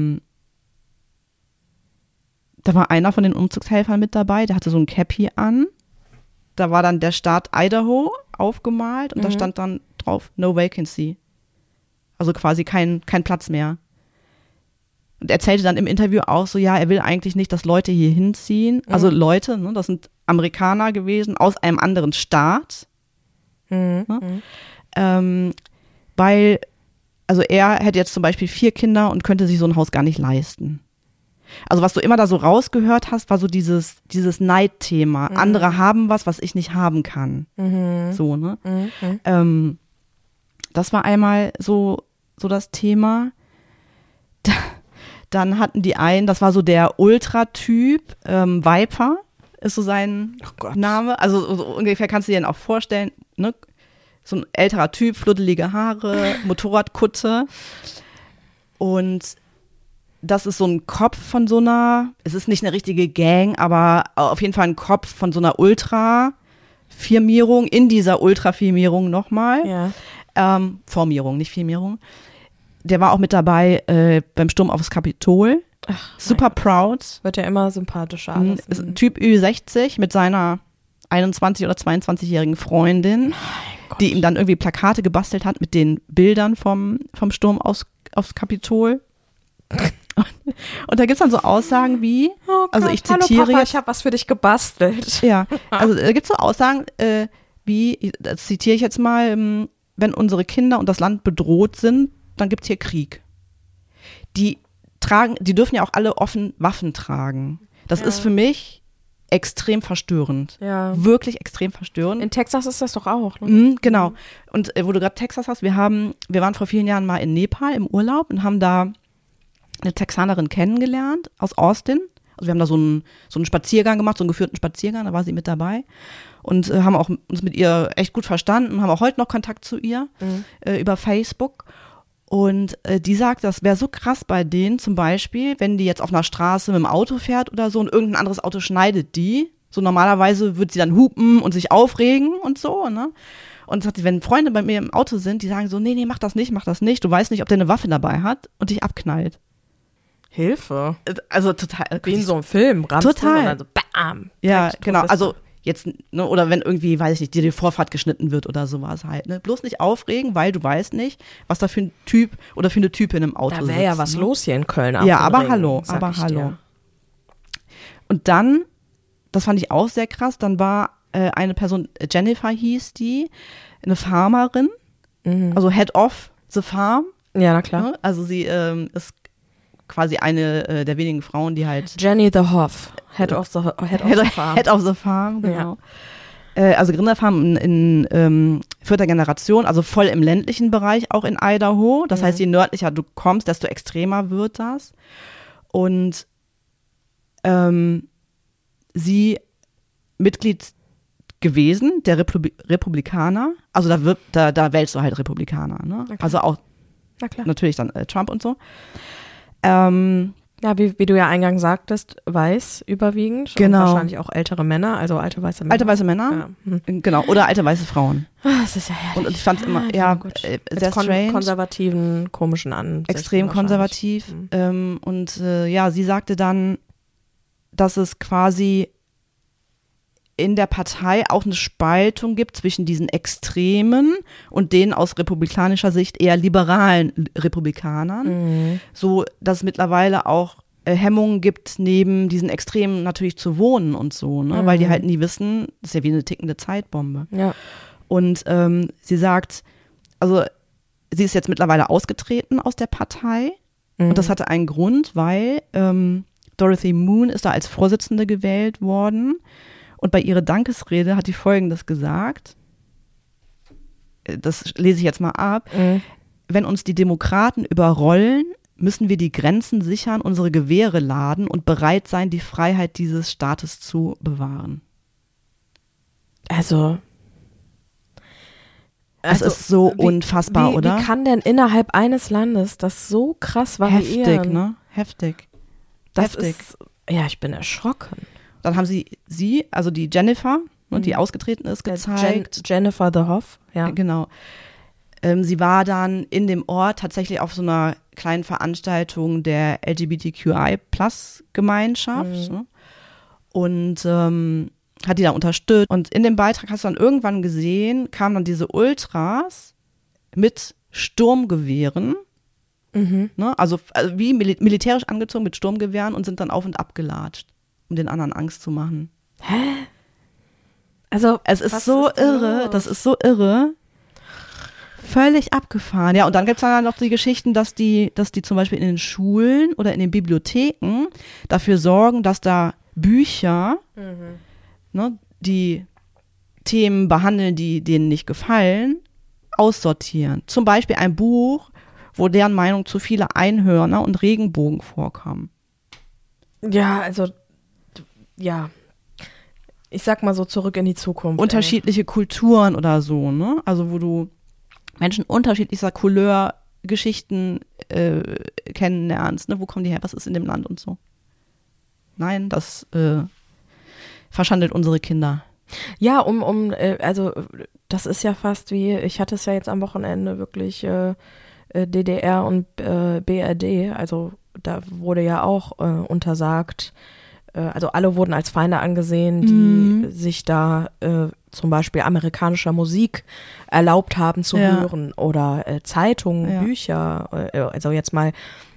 da war einer von den Umzugshelfern mit dabei, der hatte so ein Cappy an. Da war dann der Staat Idaho aufgemalt und da stand dann drauf, no vacancy. Also quasi kein Platz mehr. Und er erzählte dann im Interview auch so, ja, er will eigentlich nicht, dass Leute hier hinziehen. Also Leute, ne, das sind Amerikaner gewesen aus einem anderen Staat. Ne? Weil, also er hätte jetzt zum Beispiel 4 Kinder und könnte sich so ein Haus gar nicht leisten. Also was du immer da so rausgehört hast, war so dieses Neidthema. Andere haben was ich nicht haben kann. So, ne? Das war einmal so das Thema. Dann hatten die einen, das war so der Ultra-Typ, Viper ist so sein Name. Also so ungefähr kannst du dir den auch vorstellen, ne? So ein älterer Typ, fluddelige Haare, Motorradkutte. Und das ist so ein Kopf von so einer, es ist nicht eine richtige Gang, aber auf jeden Fall ein Kopf von so einer Ultra-Firmierung, in dieser Ultra-Firmierung nochmal. Ja. Formierung, nicht Firmierung. Der war auch mit dabei beim Sturm aufs Kapitol. Super proud. Wird ja immer sympathischer alles. Ist ein Typ Ü60 mit seiner 21- oder 22-jährigen Freundin, die ihm dann irgendwie Plakate gebastelt hat mit den Bildern vom Sturm aufs Kapitol. Und da gibt es dann so Aussagen wie, also ich zitiere Hallo Papa, jetzt, ich habe was für dich gebastelt. ja, also da gibt es so Aussagen wie, das zitiere ich jetzt mal, wenn unsere Kinder und das Land bedroht sind, dann gibt es hier Krieg. Die dürfen ja auch alle offen Waffen tragen. Das ist für mich extrem verstörend. Ja. Wirklich extrem verstörend. In Texas ist das doch auch. Ne? Genau. Und wo du gerade Texas hast, wir waren vor vielen Jahren mal in Nepal im Urlaub und haben da eine Texanerin kennengelernt aus Austin. Also wir haben da so einen Spaziergang gemacht, so einen geführten Spaziergang, da war sie mit dabei und haben auch uns mit ihr echt gut verstanden, haben auch heute noch Kontakt zu ihr über Facebook. Und die sagt, das wäre so krass bei denen zum Beispiel, wenn die jetzt auf einer Straße mit dem Auto fährt oder so und irgendein anderes Auto schneidet die. So normalerweise würde sie dann hupen und sich aufregen und so, ne? Und sagt sie, wenn Freunde bei mir im Auto sind, die sagen so, nee, mach das nicht. Du weißt nicht, ob der eine Waffe dabei hat und dich abknallt. Hilfe. Also total. Wie in so einem Film. Total. Und dann so bam. Ja, direkt genau. tot bist du. Also jetzt, ne, oder wenn irgendwie, weiß ich nicht, dir die Vorfahrt geschnitten wird oder sowas halt. Ne? Bloß nicht aufregen, weil du weißt nicht, was da für ein Typ oder für eine Typin im Auto Da sitzt. wäre ja was ne? los hier in Köln. Ja, auf dem aber Ring, hallo, sag aber ich hallo. dir. Und dann das fand ich auch sehr krass. Dann war eine Person, Jennifer hieß die, eine Farmerin, also Head of the Farm. Ja, na klar. Ne? Also sie ist quasi eine der wenigen Frauen, die halt Jenny the Hoff, Head of the Farm. Head of the Farm, genau. Also Rinderfarm in 4. Generation, also voll im ländlichen Bereich, auch in Idaho. Das heißt, je nördlicher du kommst, desto extremer wird das. Und sie Mitglied gewesen, der Republikaner. Also da wählst du halt Republikaner. Ne? Okay. Also auch natürlich dann Trump und so. Ja, wie du ja eingangs sagtest, weiß überwiegend. Genau. Und wahrscheinlich auch ältere Männer, also alte weiße Männer. Alte weiße Männer, genau. Oder alte weiße Frauen. Das ist ja herrlich. Und ich fand es immer, sehr strange. Konservativen, komischen Ansichten. Extrem konservativ. Und sie sagte dann, dass es quasi in der Partei auch eine Spaltung gibt zwischen diesen Extremen und den aus republikanischer Sicht eher liberalen Republikanern, so dass es mittlerweile auch Hemmungen gibt, neben diesen Extremen natürlich zu wohnen und so, ne? Weil die halt nie wissen, das ist ja wie eine tickende Zeitbombe. Ja. Und sie sagt, also sie ist jetzt mittlerweile ausgetreten aus der Partei und das hatte einen Grund, weil Dorothy Moon ist da als Vorsitzende gewählt worden. Und bei ihrer Dankesrede hat die Folgendes gesagt, das lese ich jetzt mal ab, wenn uns die Demokraten überrollen, müssen wir die Grenzen sichern, unsere Gewehre laden und bereit sein, die Freiheit dieses Staates zu bewahren. Also es ist so unfassbar, oder? Wie kann denn innerhalb eines Landes das so krass variieren? Heftig, ne? Heftig. Ja, ich bin erschrocken. Dann haben sie, also die Jennifer, die ausgetreten ist, gezeigt. Jennifer the Hoff, ja. Genau. Sie war dann in dem Ort tatsächlich auf so einer kleinen Veranstaltung der LGBTQI-Plus-Gemeinschaft, ne? Und hat die da unterstützt. Und in dem Beitrag hast du dann irgendwann gesehen, kamen dann diese Ultras mit Sturmgewehren, ne? Also wie militärisch angezogen mit Sturmgewehren und sind dann auf und ab gelatscht, um den anderen Angst zu machen. Hä? Also es ist so irre, das ist so irre. Völlig abgefahren. Ja, und dann gibt es dann noch die Geschichten, dass die zum Beispiel in den Schulen oder in den Bibliotheken dafür sorgen, dass da Bücher, ne, die Themen behandeln, die denen nicht gefallen, aussortieren. Zum Beispiel ein Buch, wo deren Meinung zu viele Einhörner und Regenbogen vorkommen. Ja, also, ja. Ich sag mal so zurück in die Zukunft. Unterschiedliche Kulturen oder so, ne? Also wo du Menschen unterschiedlicher Couleur Geschichten kennenlernst, ne? Wo kommen die her? Was ist in dem Land und so? Nein, das verschandelt unsere Kinder. Ja, also das ist ja fast wie, ich hatte es ja jetzt am Wochenende wirklich DDR und BRD, also da wurde ja auch untersagt, also alle wurden als Feinde angesehen, die sich da zum Beispiel amerikanischer Musik erlaubt haben zu hören oder Zeitungen, Bücher, also jetzt mal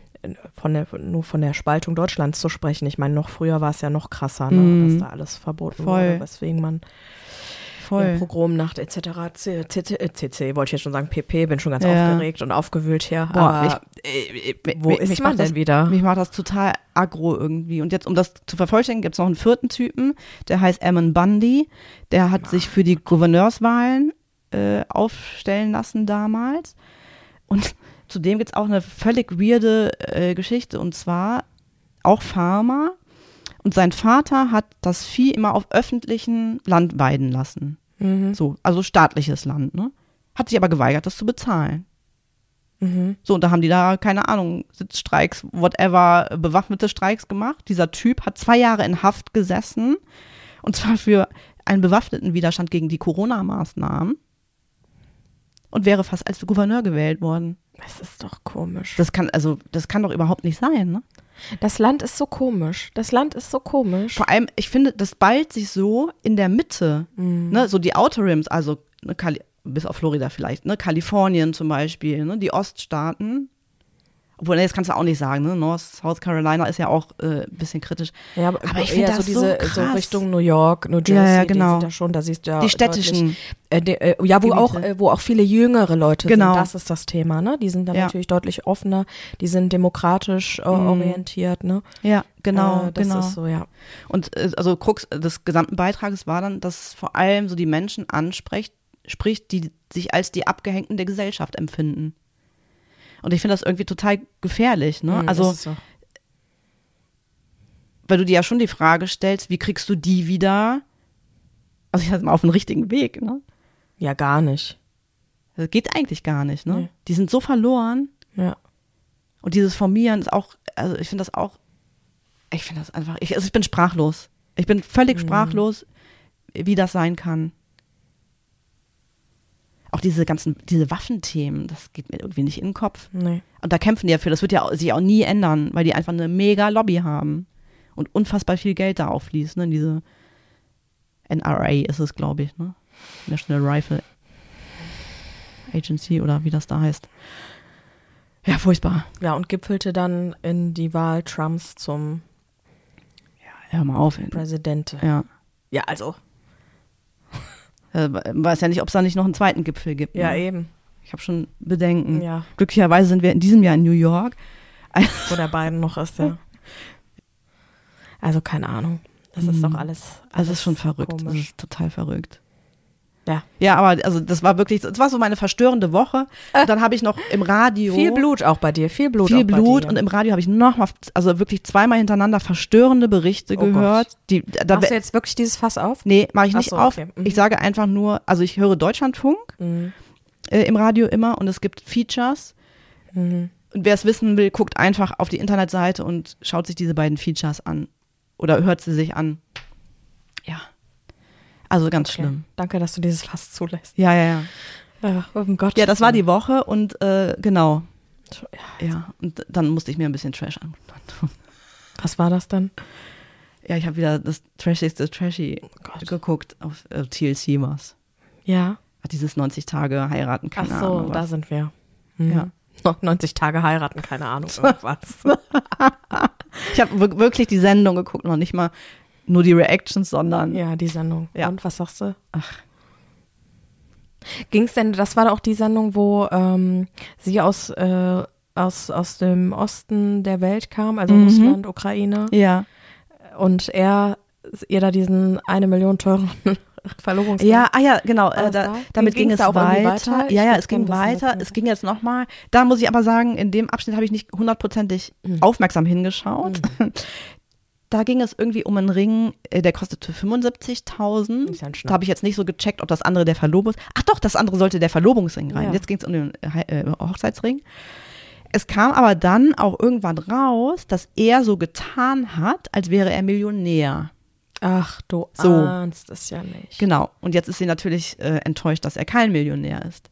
nur von der Spaltung Deutschlands zu sprechen. Ich meine, noch früher war es ja noch krasser, ne, dass da alles verboten wurde, weswegen man Pogromnacht etc. CC, wollte ich jetzt schon sagen, PP, bin schon ganz aufgeregt und aufgewühlt hier. Boah, aber wo ist man denn wieder? Mich macht das total aggro irgendwie. Und jetzt, um das zu vervollständigen, gibt es noch einen 4. Typen, der heißt Ammon Bundy. Der hat sich für die Gouverneurswahlen aufstellen lassen damals. Und zudem gibt es auch eine völlig weirde Geschichte, und zwar auch Farmer. Und sein Vater hat das Vieh immer auf öffentlichem Land weiden lassen. So, also staatliches Land, ne? Hat sich aber geweigert, das zu bezahlen. So, und da haben die da, keine Ahnung, Sitzstreiks, whatever, bewaffnete Streiks gemacht. Dieser Typ hat 2 Jahre in Haft gesessen, und zwar für einen bewaffneten Widerstand gegen die Corona-Maßnahmen, und wäre fast als Gouverneur gewählt worden. Das ist doch komisch. Das kann doch überhaupt nicht sein, ne? Das Land ist so komisch. Vor allem, ich finde, das ballt sich so in der Mitte, ne? So die Outer Rims, also bis auf Florida vielleicht, ne? Kalifornien zum Beispiel, ne? Die Oststaaten. obwohl, das kannst du auch nicht sagen, ne? South Carolina ist ja auch ein bisschen kritisch. Ja, aber ich eher finde das so krass. so Richtung New York, New Jersey, Ja, genau. die sind da schon, da siehst du ja Die städtischen wo auch viele jüngere Leute Genau. sind, das ist das Thema, ne? Die sind dann Ja. natürlich deutlich offener, die sind demokratisch orientiert, ne? Ja, genau, Das genau. ist so, ja. Und also Krux des gesamten Beitrages war dann, dass es vor allem so die Menschen anspricht, die sich als die Abgehängten der Gesellschaft empfinden. Und ich finde das irgendwie total gefährlich, ne? Also, ist es auch. weil du dir ja schon die Frage stellst, wie kriegst du die wieder, also ich sag mal, auf den richtigen Weg, ne? Ja, gar nicht. Das geht eigentlich gar nicht, ne? Nee. Die sind so verloren. Ja. Und dieses Formieren ist auch, also ich finde das einfach, ich bin sprachlos. Ich bin völlig sprachlos, wie das sein kann. Auch diese Waffenthemen, das geht mir irgendwie nicht in den Kopf. Nee. Und da kämpfen die ja für, das wird ja sich auch nie ändern, weil die einfach eine mega Lobby haben und unfassbar viel Geld da auffließt, ne? Diese NRA ist es, glaube ich, ne? National Rifle Agency oder wie das da heißt. Ja, furchtbar. Ja, und gipfelte dann in die Wahl Trumps zum Hör mal auf. Präsidenten. Ja. Ja, also. Weiß ja nicht, ob es da nicht noch einen zweiten Gipfel gibt. Ja, ne? eben. Ich habe schon Bedenken. Ja. Glücklicherweise sind wir in diesem Jahr in New York. Wo der Biden noch ist, ja. Also keine Ahnung. Das ist doch alles Das ist schon verrückt. Das komisch. ist total verrückt. Ja. Ja, aber also das war so meine verstörende Woche. Und dann habe ich noch im Radio Viel Blut auch bei dir, viel Blut viel auch bei Blut dir. und im Radio habe ich nochmal, also wirklich zweimal hintereinander verstörende Berichte Oh gehört. Machst du jetzt wirklich dieses Fass auf? Nee, mache ich Ach nicht so, auf. okay. Mhm. Ich sage einfach nur, also ich höre Deutschlandfunk im Radio immer und es gibt Features. Und wer es wissen will, guckt einfach auf die Internetseite und schaut sich diese beiden Features an. Oder hört sie sich an. Ja. Also ganz schlimm. Danke, dass du dieses Fass zulässt. Ja, ja, ja. Ja, um Gottes Ja, das war Willen. die Woche und genau. Ja. Ja, und dann musste ich mir ein bisschen Trash antun. Was war das dann? Ja, ich habe wieder das Trashigste Trashy Gott. geguckt auf TLC war's. Ja. Hat dieses 90 Tage heiraten, Ach keine so, Ahnung. da was. sind wir. Ja. Noch 90 Tage heiraten, keine Ahnung, irgendwas. Ich habe wirklich die Sendung geguckt, noch nicht mal nur die Reactions, sondern Ja, die Sendung. Ja. Und was sagst du? Ach. Ging's denn, das war doch auch die Sendung, wo sie aus dem Osten der Welt kam, also Russland, Ukraine, ja. und er ihr da diesen 1 Million teuren Verlobungsring. Ja, ja, genau. War das da? Damit ging Ging's es da auch irgendwie weiter. weiter? Ich Ja, würd es ging gerne wissen, weiter. was- Es ging jetzt nochmal. Da muss ich aber sagen, in dem Abschnitt habe ich nicht hundertprozentig aufmerksam hingeschaut. Da ging es irgendwie um einen Ring, der kostete 75.000. Ist ja ein Schnapp. Da habe ich jetzt nicht so gecheckt, ob das andere der Verlobungs... Ach doch, das andere sollte der Verlobungsring rein. Ja. Jetzt ging es um den Hochzeitsring. Es kam aber dann auch irgendwann raus, dass er so getan hat, als wäre er Millionär. Ach, du So. ahnst es ja nicht. Genau. Und jetzt ist sie natürlich enttäuscht, dass er kein Millionär ist.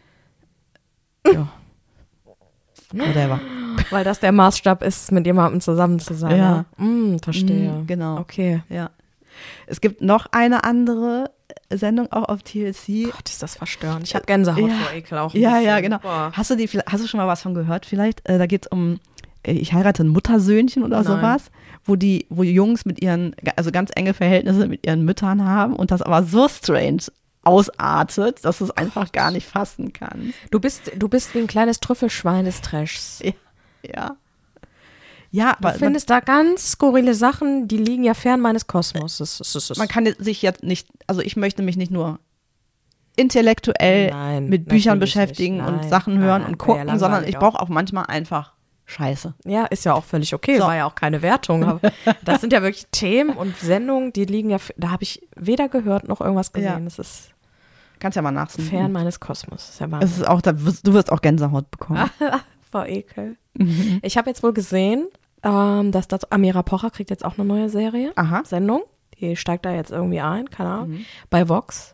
Ja. Whatever. Weil das der Maßstab ist, mit jemandem zusammen zu sein. Ja. Verstehe. Genau. Okay. Ja. Es gibt noch eine andere Sendung auch auf TLC. Gott, ist das verstörend. Ich habe Gänsehaut Ja. vor Ekel auch. ein Ja, bisschen. ja, genau. Boah. Hast du schon mal was von gehört vielleicht? Da geht es um, ich heirate ein Muttersöhnchen oder Nein. sowas, wo Jungs also ganz enge Verhältnisse mit ihren Müttern haben und das aber so strange ausartet, dass du es einfach gar nicht fassen kannst. Du bist wie ein kleines Trüffelschwein des Trashs. Ja. Ja, Du aber findest da ganz skurrile Sachen, die liegen ja fern meines Kosmos. man kann sich jetzt nicht, also ich möchte mich nicht nur intellektuell Nein, mit Büchern natürlich beschäftigen nicht. und Nein, Sachen hören nein, und wäre ja gucken, sondern langweilig ich auch. brauche auch manchmal einfach Scheiße. Ja, ist ja auch völlig okay, So. war ja auch keine Wertung. Aber das sind ja wirklich Themen und Sendungen, die liegen ja, da habe ich weder gehört noch irgendwas gesehen. Ja. Das ist Kannst ja mal nachsehen. fern meines Kosmos. Das ist ja Es Wahnsinn. ist auch, du wirst auch Gänsehaut bekommen. Vor Ekel. Ich habe jetzt wohl gesehen, dass das Amira Pocher kriegt jetzt auch eine neue Serie, Aha. Sendung. Die steigt da jetzt irgendwie ein, keine Ahnung, bei Vox.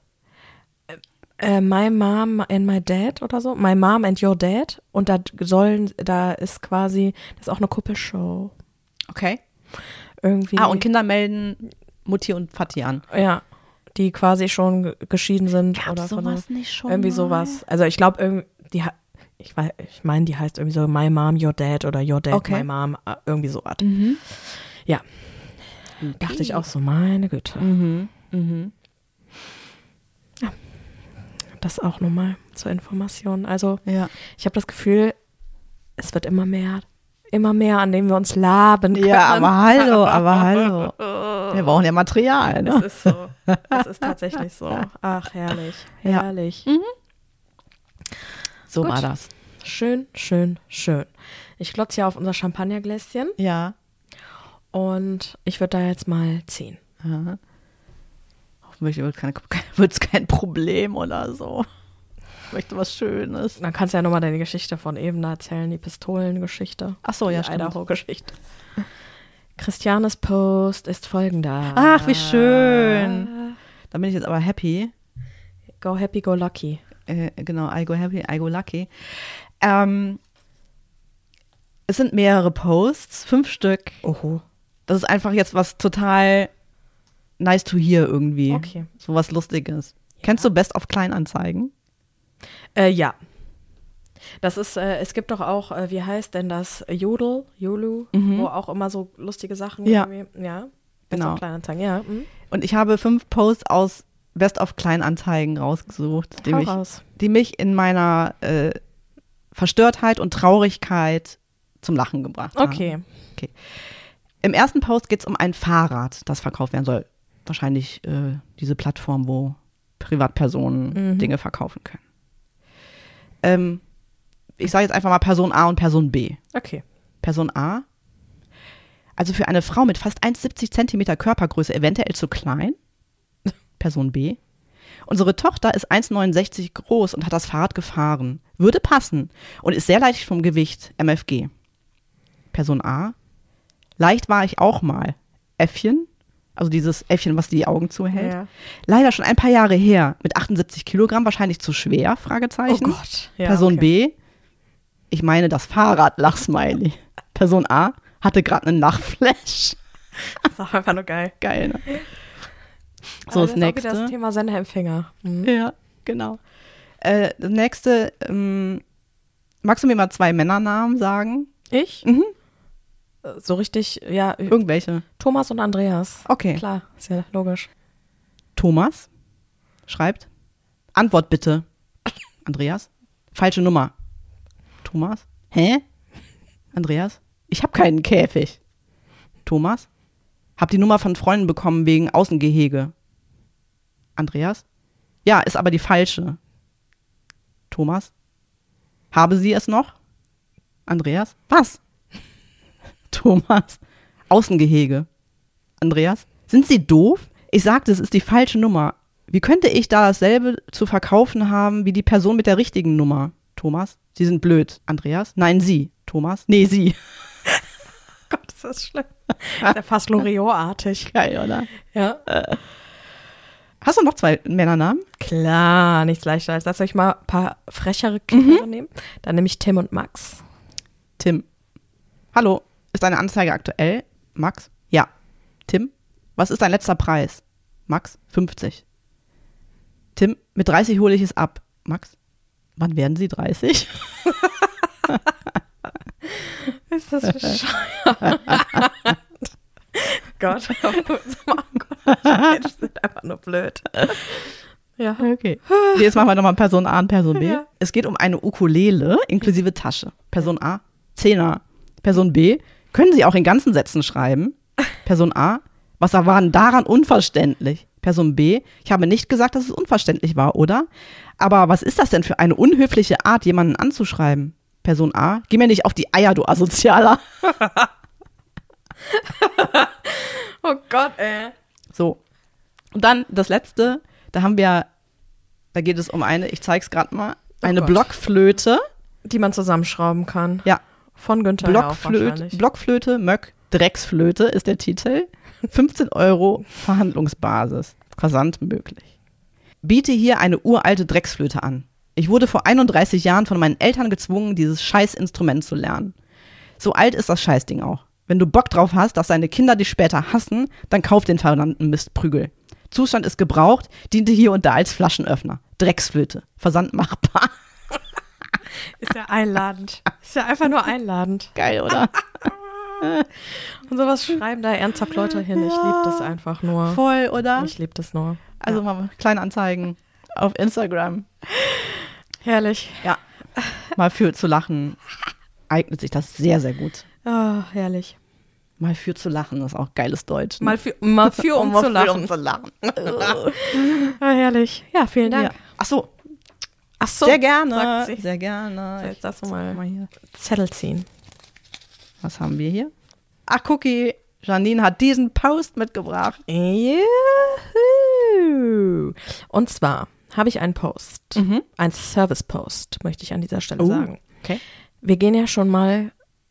My Mom and My Dad oder so. My Mom and Your Dad. Und da ist quasi, das ist auch eine Kuppelshow. Okay. Irgendwie. Und Kinder melden Mutti und Vati an. Ja, die quasi schon geschieden sind. Gab's oder sowas nicht schon irgendwie mal? sowas. Also ich glaube, ich meine, die heißt irgendwie so My Mom, Your Dad oder Your Dad, Okay. My Mom, irgendwie so was. Mhm. Ja. Dachte ich auch so, meine Güte. Mhm. Mhm. Das auch nochmal zur Information. Also Ja. ich habe das Gefühl, es wird immer mehr, an dem wir uns laben können. Ja, aber hallo. Wir brauchen ja Material, ne? Es ist so. Es ist tatsächlich so. Ach, herrlich. Ja. Herrlich. So Gut. war das. Schön, schön, schön. Ich glotze ja auf unser Champagnergläschen Ja. und ich würde da jetzt mal ziehen. Aha. Hoffentlich wird es kein Problem oder so. Ich möchte was Schönes. Dann kannst du ja nochmal deine Geschichte von eben da erzählen, die Pistolengeschichte. Ach so, ja, Die stimmt. Idaho-Geschichte. Christianes Post ist folgender. Ach, wie schön. Da bin ich jetzt aber happy. Go happy, go lucky. Genau, I go happy, I go lucky. Es sind mehrere Posts, 5 Stück. Oho. Das ist einfach jetzt was total nice to hear irgendwie. Okay. So was Lustiges. Kennst du Best of Kleinanzeigen? Ja. Das ist, es gibt doch auch, wie heißt denn das? Yodlu, wo auch immer so lustige Sachen Ja. irgendwie. Ja. Best Genau. of Kleinanzeigen, ja. Und ich habe 5 Posts aus Best of Kleinanzeigen rausgesucht, Hau raus. die mich in meiner Verstörtheit und Traurigkeit zum Lachen gebracht haben. Okay. Im ersten Post geht es um ein Fahrrad, das verkauft werden soll. Wahrscheinlich diese Plattform, wo Privatpersonen Dinge verkaufen können. Ich sage jetzt einfach mal Person A und Person B. Okay. Person A, also für eine Frau mit fast 1,70 Zentimeter Körpergröße eventuell zu klein. Person B, unsere Tochter ist 1,69 groß und hat das Fahrrad gefahren. Würde passen und ist sehr leicht vom Gewicht, MFG. Person A, leicht war ich auch mal. Äffchen, also dieses Äffchen, was die Augen zuhält. Ja. Leider schon ein paar Jahre her, mit 78 Kilogramm, wahrscheinlich zu schwer, Oh Fragezeichen. Gott. Ja, Person okay. B, ich meine das Fahrrad, Lachsmiley. Person A, hatte gerade einen Lachflash. Das ist auch einfach nur geil. Geil, ne? So, Aber das ist auch wieder nächste. das Thema Senderempfänger. Ja, genau. Das nächste, magst du mir mal 2 Männernamen sagen? Ich? Mhm. So richtig, ja. Irgendwelche. Thomas und Andreas. Okay. Klar, ist ja logisch. Thomas schreibt, Antwort bitte. Andreas, falsche Nummer. Thomas, hä? Andreas, ich habe keinen Käfig. Thomas, hab die Nummer von Freunden bekommen wegen Außengehege. Andreas, ja, ist aber die falsche. Thomas, habe sie es noch? Andreas, was? Thomas, Außengehege. Andreas, sind Sie doof? Ich sagte, es ist die falsche Nummer. Wie könnte ich da dasselbe zu verkaufen haben wie die Person mit der richtigen Nummer? Thomas, Sie sind blöd. Andreas, nein, Sie. Thomas, nee, Sie. Gott, ist das schlimm. Ist ja fast Loriot-artig. Geil, oder? Ja. Hast du noch 2 Männernamen? Klar, nichts leichter als das. Soll ich mal ein paar frechere Kinder nehmen? Dann nehme ich Tim und Max. Tim. Hallo, ist deine Anzeige aktuell? Max? Ja. Tim, was ist dein letzter Preis? Max, 50. Tim, mit 30 hole ich es ab. Max, wann werden Sie 30? Ist das bescheuert? Gott, Menschen sind einfach nur blöd. Ja. Okay. Jetzt machen wir nochmal Person A und Person B. Ja. Es geht um eine Ukulele inklusive Tasche. Person A, 10er. Person B, können Sie auch in ganzen Sätzen schreiben? Person A, was war denn daran unverständlich? Person B, ich habe nicht gesagt, dass es unverständlich war, oder? Aber was ist das denn für eine unhöfliche Art, jemanden anzuschreiben? Person A, geh mir nicht auf die Eier, du Asozialer. Oh Gott, ey. So. Und dann das letzte, da geht es um ich zeig's gerade mal, eine Gott. Blockflöte. Die man zusammenschrauben kann. Ja, Von Günther Jauch wahrscheinlich. Blockflöte, Möck, Drecksflöte ist der Titel. 15 € Verhandlungsbasis. Versand möglich. Biete hier eine uralte Drecksflöte an. Ich wurde vor 31 Jahren von meinen Eltern gezwungen, dieses Scheißinstrument zu lernen. So alt ist das Scheißding auch. Wenn du Bock drauf hast, dass deine Kinder dich später hassen, dann kauf den verdammten Mistprügel. Zustand ist gebraucht, diente hier und da als Flaschenöffner. Drecksflöte. Versand machbar. Ist ja einladend. Ist ja einfach nur einladend. Geil, oder? Und sowas schreiben da ernsthaft Leute hin. Ich liebe das einfach nur. Voll, oder? Ich liebe das nur. Also mal kleine Anzeigen auf Instagram. Herrlich. Ja, mal für zu lachen eignet sich das sehr, sehr gut. Oh, herrlich. Mal für zu lachen, das ist auch geiles Deutsch. Ne? Mal für um zu lachen. Um zu lachen. Ja, herrlich. Ja, vielen Dank. Ja. Ach so, sagt sehr gerne. sie. Sehr gerne. So, jetzt darfst du mal hier. Zettel ziehen. Was haben wir hier? Ach, Cookie. Janine hat diesen Post mitgebracht. Juhu. Und zwar habe ich einen Post, ein Service-Post, möchte ich an dieser Stelle sagen. Okay. Wir gehen ja schon mal,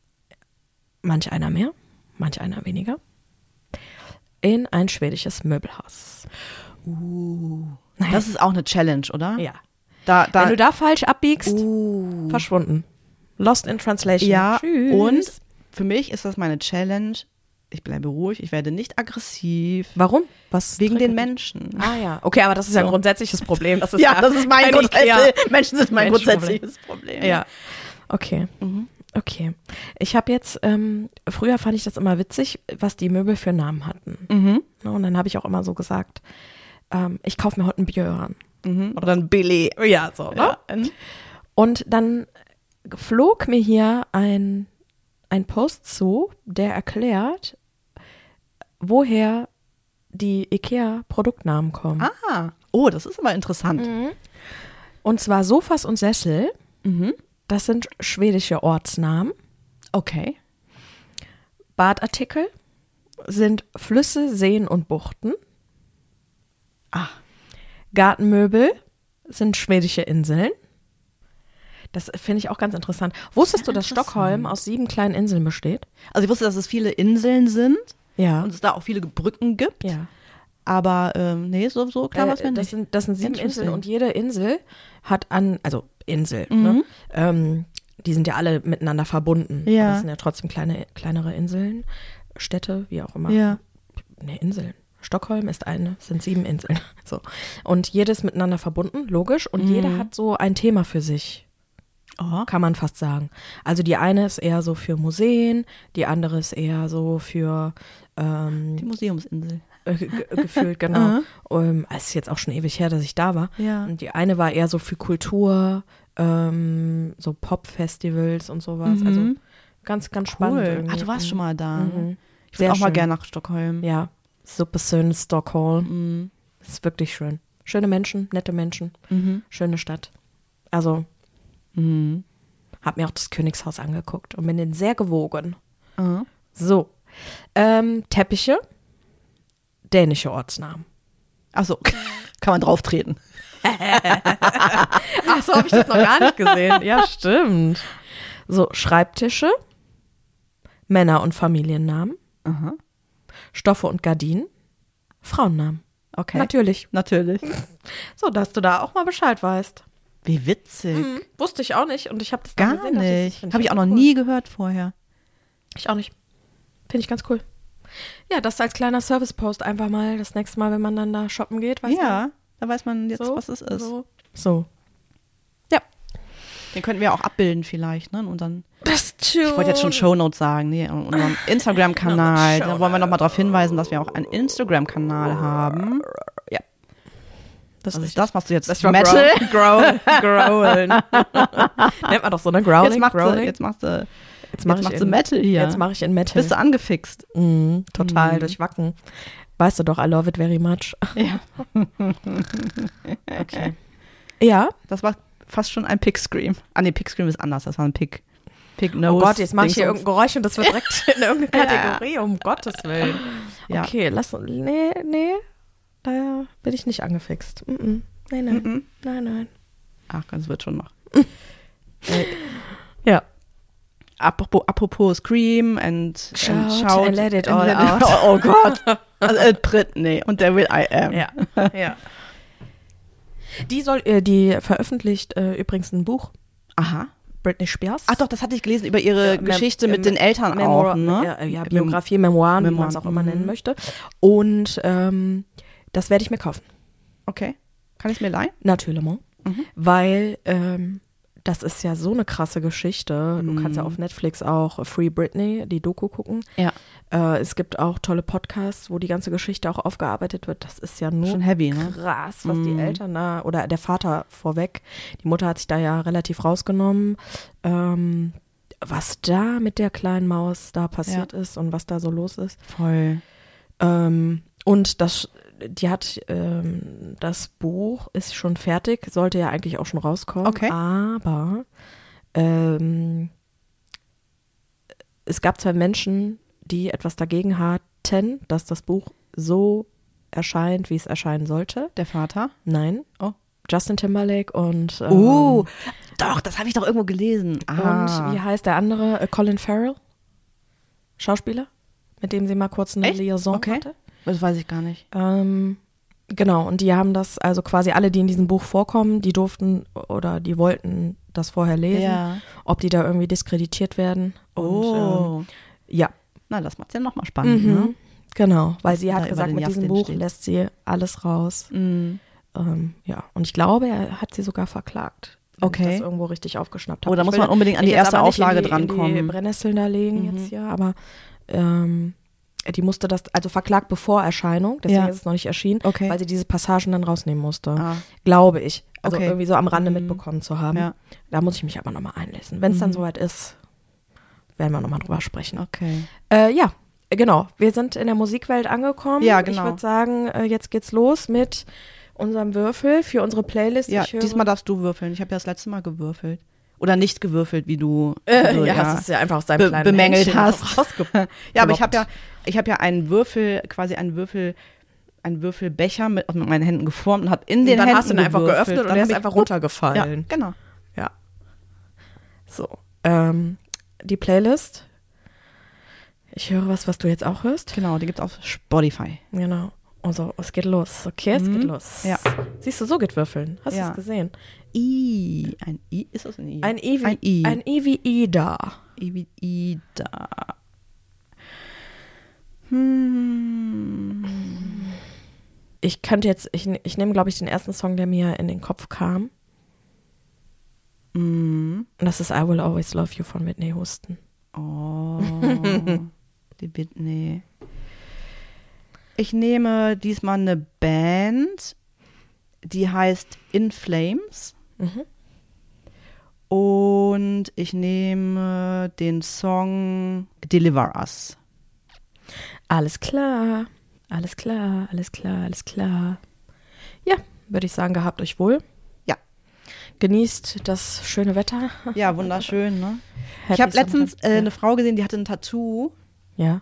manch einer mehr, manch einer weniger, in ein schwedisches Möbelhaus. Naja. Das ist auch eine Challenge, oder? Ja. Da, Wenn du da falsch abbiegst, verschwunden. Lost in Translation. ja, Tschüss. und für mich ist das meine Challenge. Ich bleibe ruhig, ich werde nicht aggressiv. Warum? Was Wegen den triggert dich? Menschen. Ah ja, okay, aber das ist ja ein grundsätzliches Problem. Das ist Das ist mein ein grundsätzliches. Menschen sind mein Menschenproblem. grundsätzliches Problem. Ja, okay. Okay. Ich habe jetzt, früher fand ich das immer witzig, was die Möbel für Namen hatten. Und dann habe ich auch immer so gesagt, ich kaufe mir heute einen Björn. Oder ein Billy. Ja, so. Ne? Ja. Und dann flog mir hier ein Post zu, der erklärt, woher die IKEA-Produktnamen kommen. Ah, oh, das ist aber interessant. Und zwar Sofas und Sessel, das sind schwedische Ortsnamen. Okay. Badartikel sind Flüsse, Seen und Buchten. Ah. Gartenmöbel sind schwedische Inseln. Das finde ich auch ganz interessant. Wusstest du, dass Stockholm aus 7 kleinen Inseln besteht? Also ich wusste, dass es viele Inseln sind Ja. und es da auch viele Brücken gibt. Ja. Aber nee, so klar war es mir das nicht. sind 7 Interesting. Inseln und jede Insel hat Insel, ne? Die sind ja alle miteinander verbunden. Ja. Aber das sind ja trotzdem kleinere Inseln, Städte, wie auch immer. Ja. Ne, Inseln. Stockholm ist sind 7 Inseln. So. Und jedes miteinander verbunden, logisch. Und jeder hat so ein Thema für sich. Oh. Kann man fast sagen. Also die eine ist eher so für Museen, die andere ist eher so für Die Museumsinsel. gefühlt, genau. Es ist jetzt auch schon ewig her, dass ich da war. Ja. Und die eine war eher so für Kultur, so Pop-Festivals und sowas. Also ganz, ganz spannend. Cool. Irgendwie. Ah, du warst schon mal da. Ich Sehr will auch mal schön. gerne nach Stockholm. Ja, super schön Stockholm. Das ist wirklich schön. Schöne Menschen, nette Menschen, schöne Stadt. Also, hab mir auch das Königshaus angeguckt und bin denen sehr gewogen. So, Teppiche, dänische Ortsnamen. Ach so, kann man drauf treten. Ach so, habe ich das noch gar nicht gesehen. Ja, stimmt. So, Schreibtische, Männer- und Familiennamen, Stoffe und Gardinen, Frauennamen. Okay. Natürlich. Natürlich. So, dass du da auch mal Bescheid weißt. Wie witzig. Wusste ich auch nicht und ich habe das dann Gar gesehen. nicht. Habe ich auch noch nie gehört vorher. Ich auch nicht. Finde ich ganz cool. Ja, das als kleiner Service-Post einfach mal das nächste Mal, wenn man dann da shoppen geht. Weißt Ja, da weiß man jetzt, so, was es ist. So. Ja. Den könnten wir auch abbilden vielleicht, ne? In unseren, Das ich wollte jetzt schon Shownotes sagen, nee, in unserem Instagram-Kanal. Da wollen wir nochmal darauf hinweisen, dass wir auch einen Instagram-Kanal haben. Ja. Was ist das? Machst du jetzt war Metal? Growlen. Nennt man doch so, ne? Growling. Jetzt machst du mach Metal hier. Jetzt mache ich in Metal. Bist du angefixt? Total durchwacken. Weißt du doch, I love it very much. Ja. Okay. Ja. Das war fast schon ein Pick-Scream. Ah, nee, Pick-Scream ist anders. Das war ein Pick-Nose. Oh Gott, jetzt mache ich hier Dingsums. irgendein Geräusch und das wird direkt in irgendeine Kategorie, um Gottes Willen. Ja. Okay, nee, da bin ich nicht angefixt. Nein. Ach, das wird schon noch. Ja. Apropos Scream and Shout and let it all out. Oh Gott. Also, Britney und der will I Am. Ja. Die veröffliest übrigens ein Buch. Aha. Britney Spears. Ach doch, das hatte ich gelesen über ihre Geschichte mit den Eltern Memoir, auch, ne? Ja, Biografie, Memoiren, wie man es auch immer nennen möchte. Und das werde ich mir kaufen. Okay. Kann ich mir leihen? Natürlich. Weil Das ist ja so eine krasse Geschichte. Du kannst ja auf Netflix auch Free Britney, die Doku gucken. Ja. Es gibt auch tolle Podcasts, wo die ganze Geschichte auch aufgearbeitet wird. Das ist ja nur Schon heavy, ne? krass, was die Eltern da, oder der Vater vorweg, die Mutter hat sich da ja relativ rausgenommen, was da mit der kleinen Maus da passiert ist und was da so los ist. Voll. Und das Buch ist schon fertig, sollte ja eigentlich auch schon rauskommen. Okay. Aber es gab 2 Menschen, die etwas dagegen hatten, dass das Buch so erscheint, wie es erscheinen sollte. Der Vater? Nein. Oh. Justin Timberlake und Doch, das habe ich doch irgendwo gelesen. und wie heißt der andere? Colin Farrell? Schauspieler, mit dem sie mal kurz eine Echt? Liaison Okay. hatte. Das weiß ich gar nicht. Genau, und die haben das, also quasi alle, die in diesem Buch vorkommen, die durften oder die wollten das vorher lesen, Ja. ob die da irgendwie diskreditiert werden. Und, ja. Na, das macht's ja nochmal spannend, ne? Genau, weil sie da hat über gesagt, den mit diesem Justin Buch steht. lässt sie alles raus. Ja, und ich glaube, er hat sie sogar verklagt. Wenn ich das irgendwo richtig aufgeschnappt habe. Oh, da Ich muss will man unbedingt an die mich jetzt erste aber nicht Auflage in die drankommen. Brennnesseln da legen jetzt hier, aber die musste das, also verklagt bevor Erscheinung, deswegen ist es noch nicht erschienen, Okay. weil sie diese Passagen dann rausnehmen musste. Ah. Glaube ich. Also Okay. irgendwie so am Rande mitbekommen zu haben. Ja. Da muss ich mich aber nochmal einlesen. Wenn es dann soweit ist, werden wir nochmal drüber sprechen. Okay. Ja, genau. Wir sind in der Musikwelt angekommen. Ja, genau. Ich würde sagen, jetzt geht's los mit unserem Würfel für unsere Playlist. Ja, Ich höre, diesmal darfst du würfeln. Ich habe ja das letzte Mal gewürfelt. Oder nicht gewürfelt, wie du also, hast es ja einfach aus deinem kleinen bemängelt Händchen hast. rausge- Ja, aber ich habe gelockt. ja einen Würfel, quasi einen Würfelbecher mit meinen Händen geformt und habe in den dann Händen hast du ihn einfach gewürfelt. geöffnet und Dann er hab ist ich- einfach Ja, runtergefallen. genau. Ja. So. Die Playlist. Ich höre was du jetzt auch hörst. Genau, die gibt's auf Spotify. Genau. Also, es geht los. Okay, es geht los. Ja. Siehst du, so geht Würfeln. Hast du Ja. es gesehen? Ein I? Ist das ein I? Ein I wie, Ein I. Ein I wie Ida. I wie Ida. Ich könnte jetzt, ich nehme, glaube ich, den ersten Song, der mir in den Kopf kam. Und das ist I Will Always Love You von Whitney Houston. Oh, die Whitney. Ich nehme diesmal eine Band, die heißt In Flames. Und ich nehme den Song Deliver Us. Alles klar. Alles klar, alles klar, alles klar. Ja, würde ich sagen, gehabt euch wohl. Ja. Genießt das schöne Wetter. Ja, wunderschön, ne? Happy Ich habe letztens Summertime. eine Frau gesehen, die hatte ein Tattoo. Ja.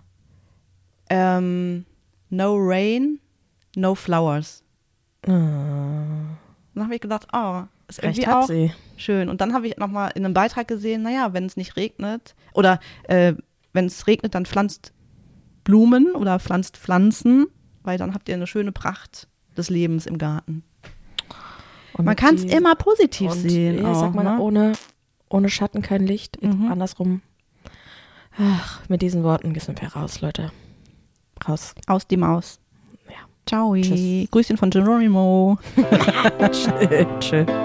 No Rain, No Flowers. Dann habe ich gedacht, ist irgendwie Recht hat auch sie. schön. Und dann habe ich nochmal in einem Beitrag gesehen, naja, wenn es nicht regnet oder wenn es regnet, dann pflanzt Blumen oder pflanzt Pflanzen, weil dann habt ihr eine schöne Pracht des Lebens im Garten. Und Man kann es die- immer positiv und, sehen. Ja, ich auch, sag mal, ne? ohne Schatten kein Licht. Jetzt andersrum. Ach, mit diesen Worten sind wir raus, Leute. Raus. Aus die Maus. Ja. Ciao. Tschüss. Grüßchen von Geronimo. Tschüss.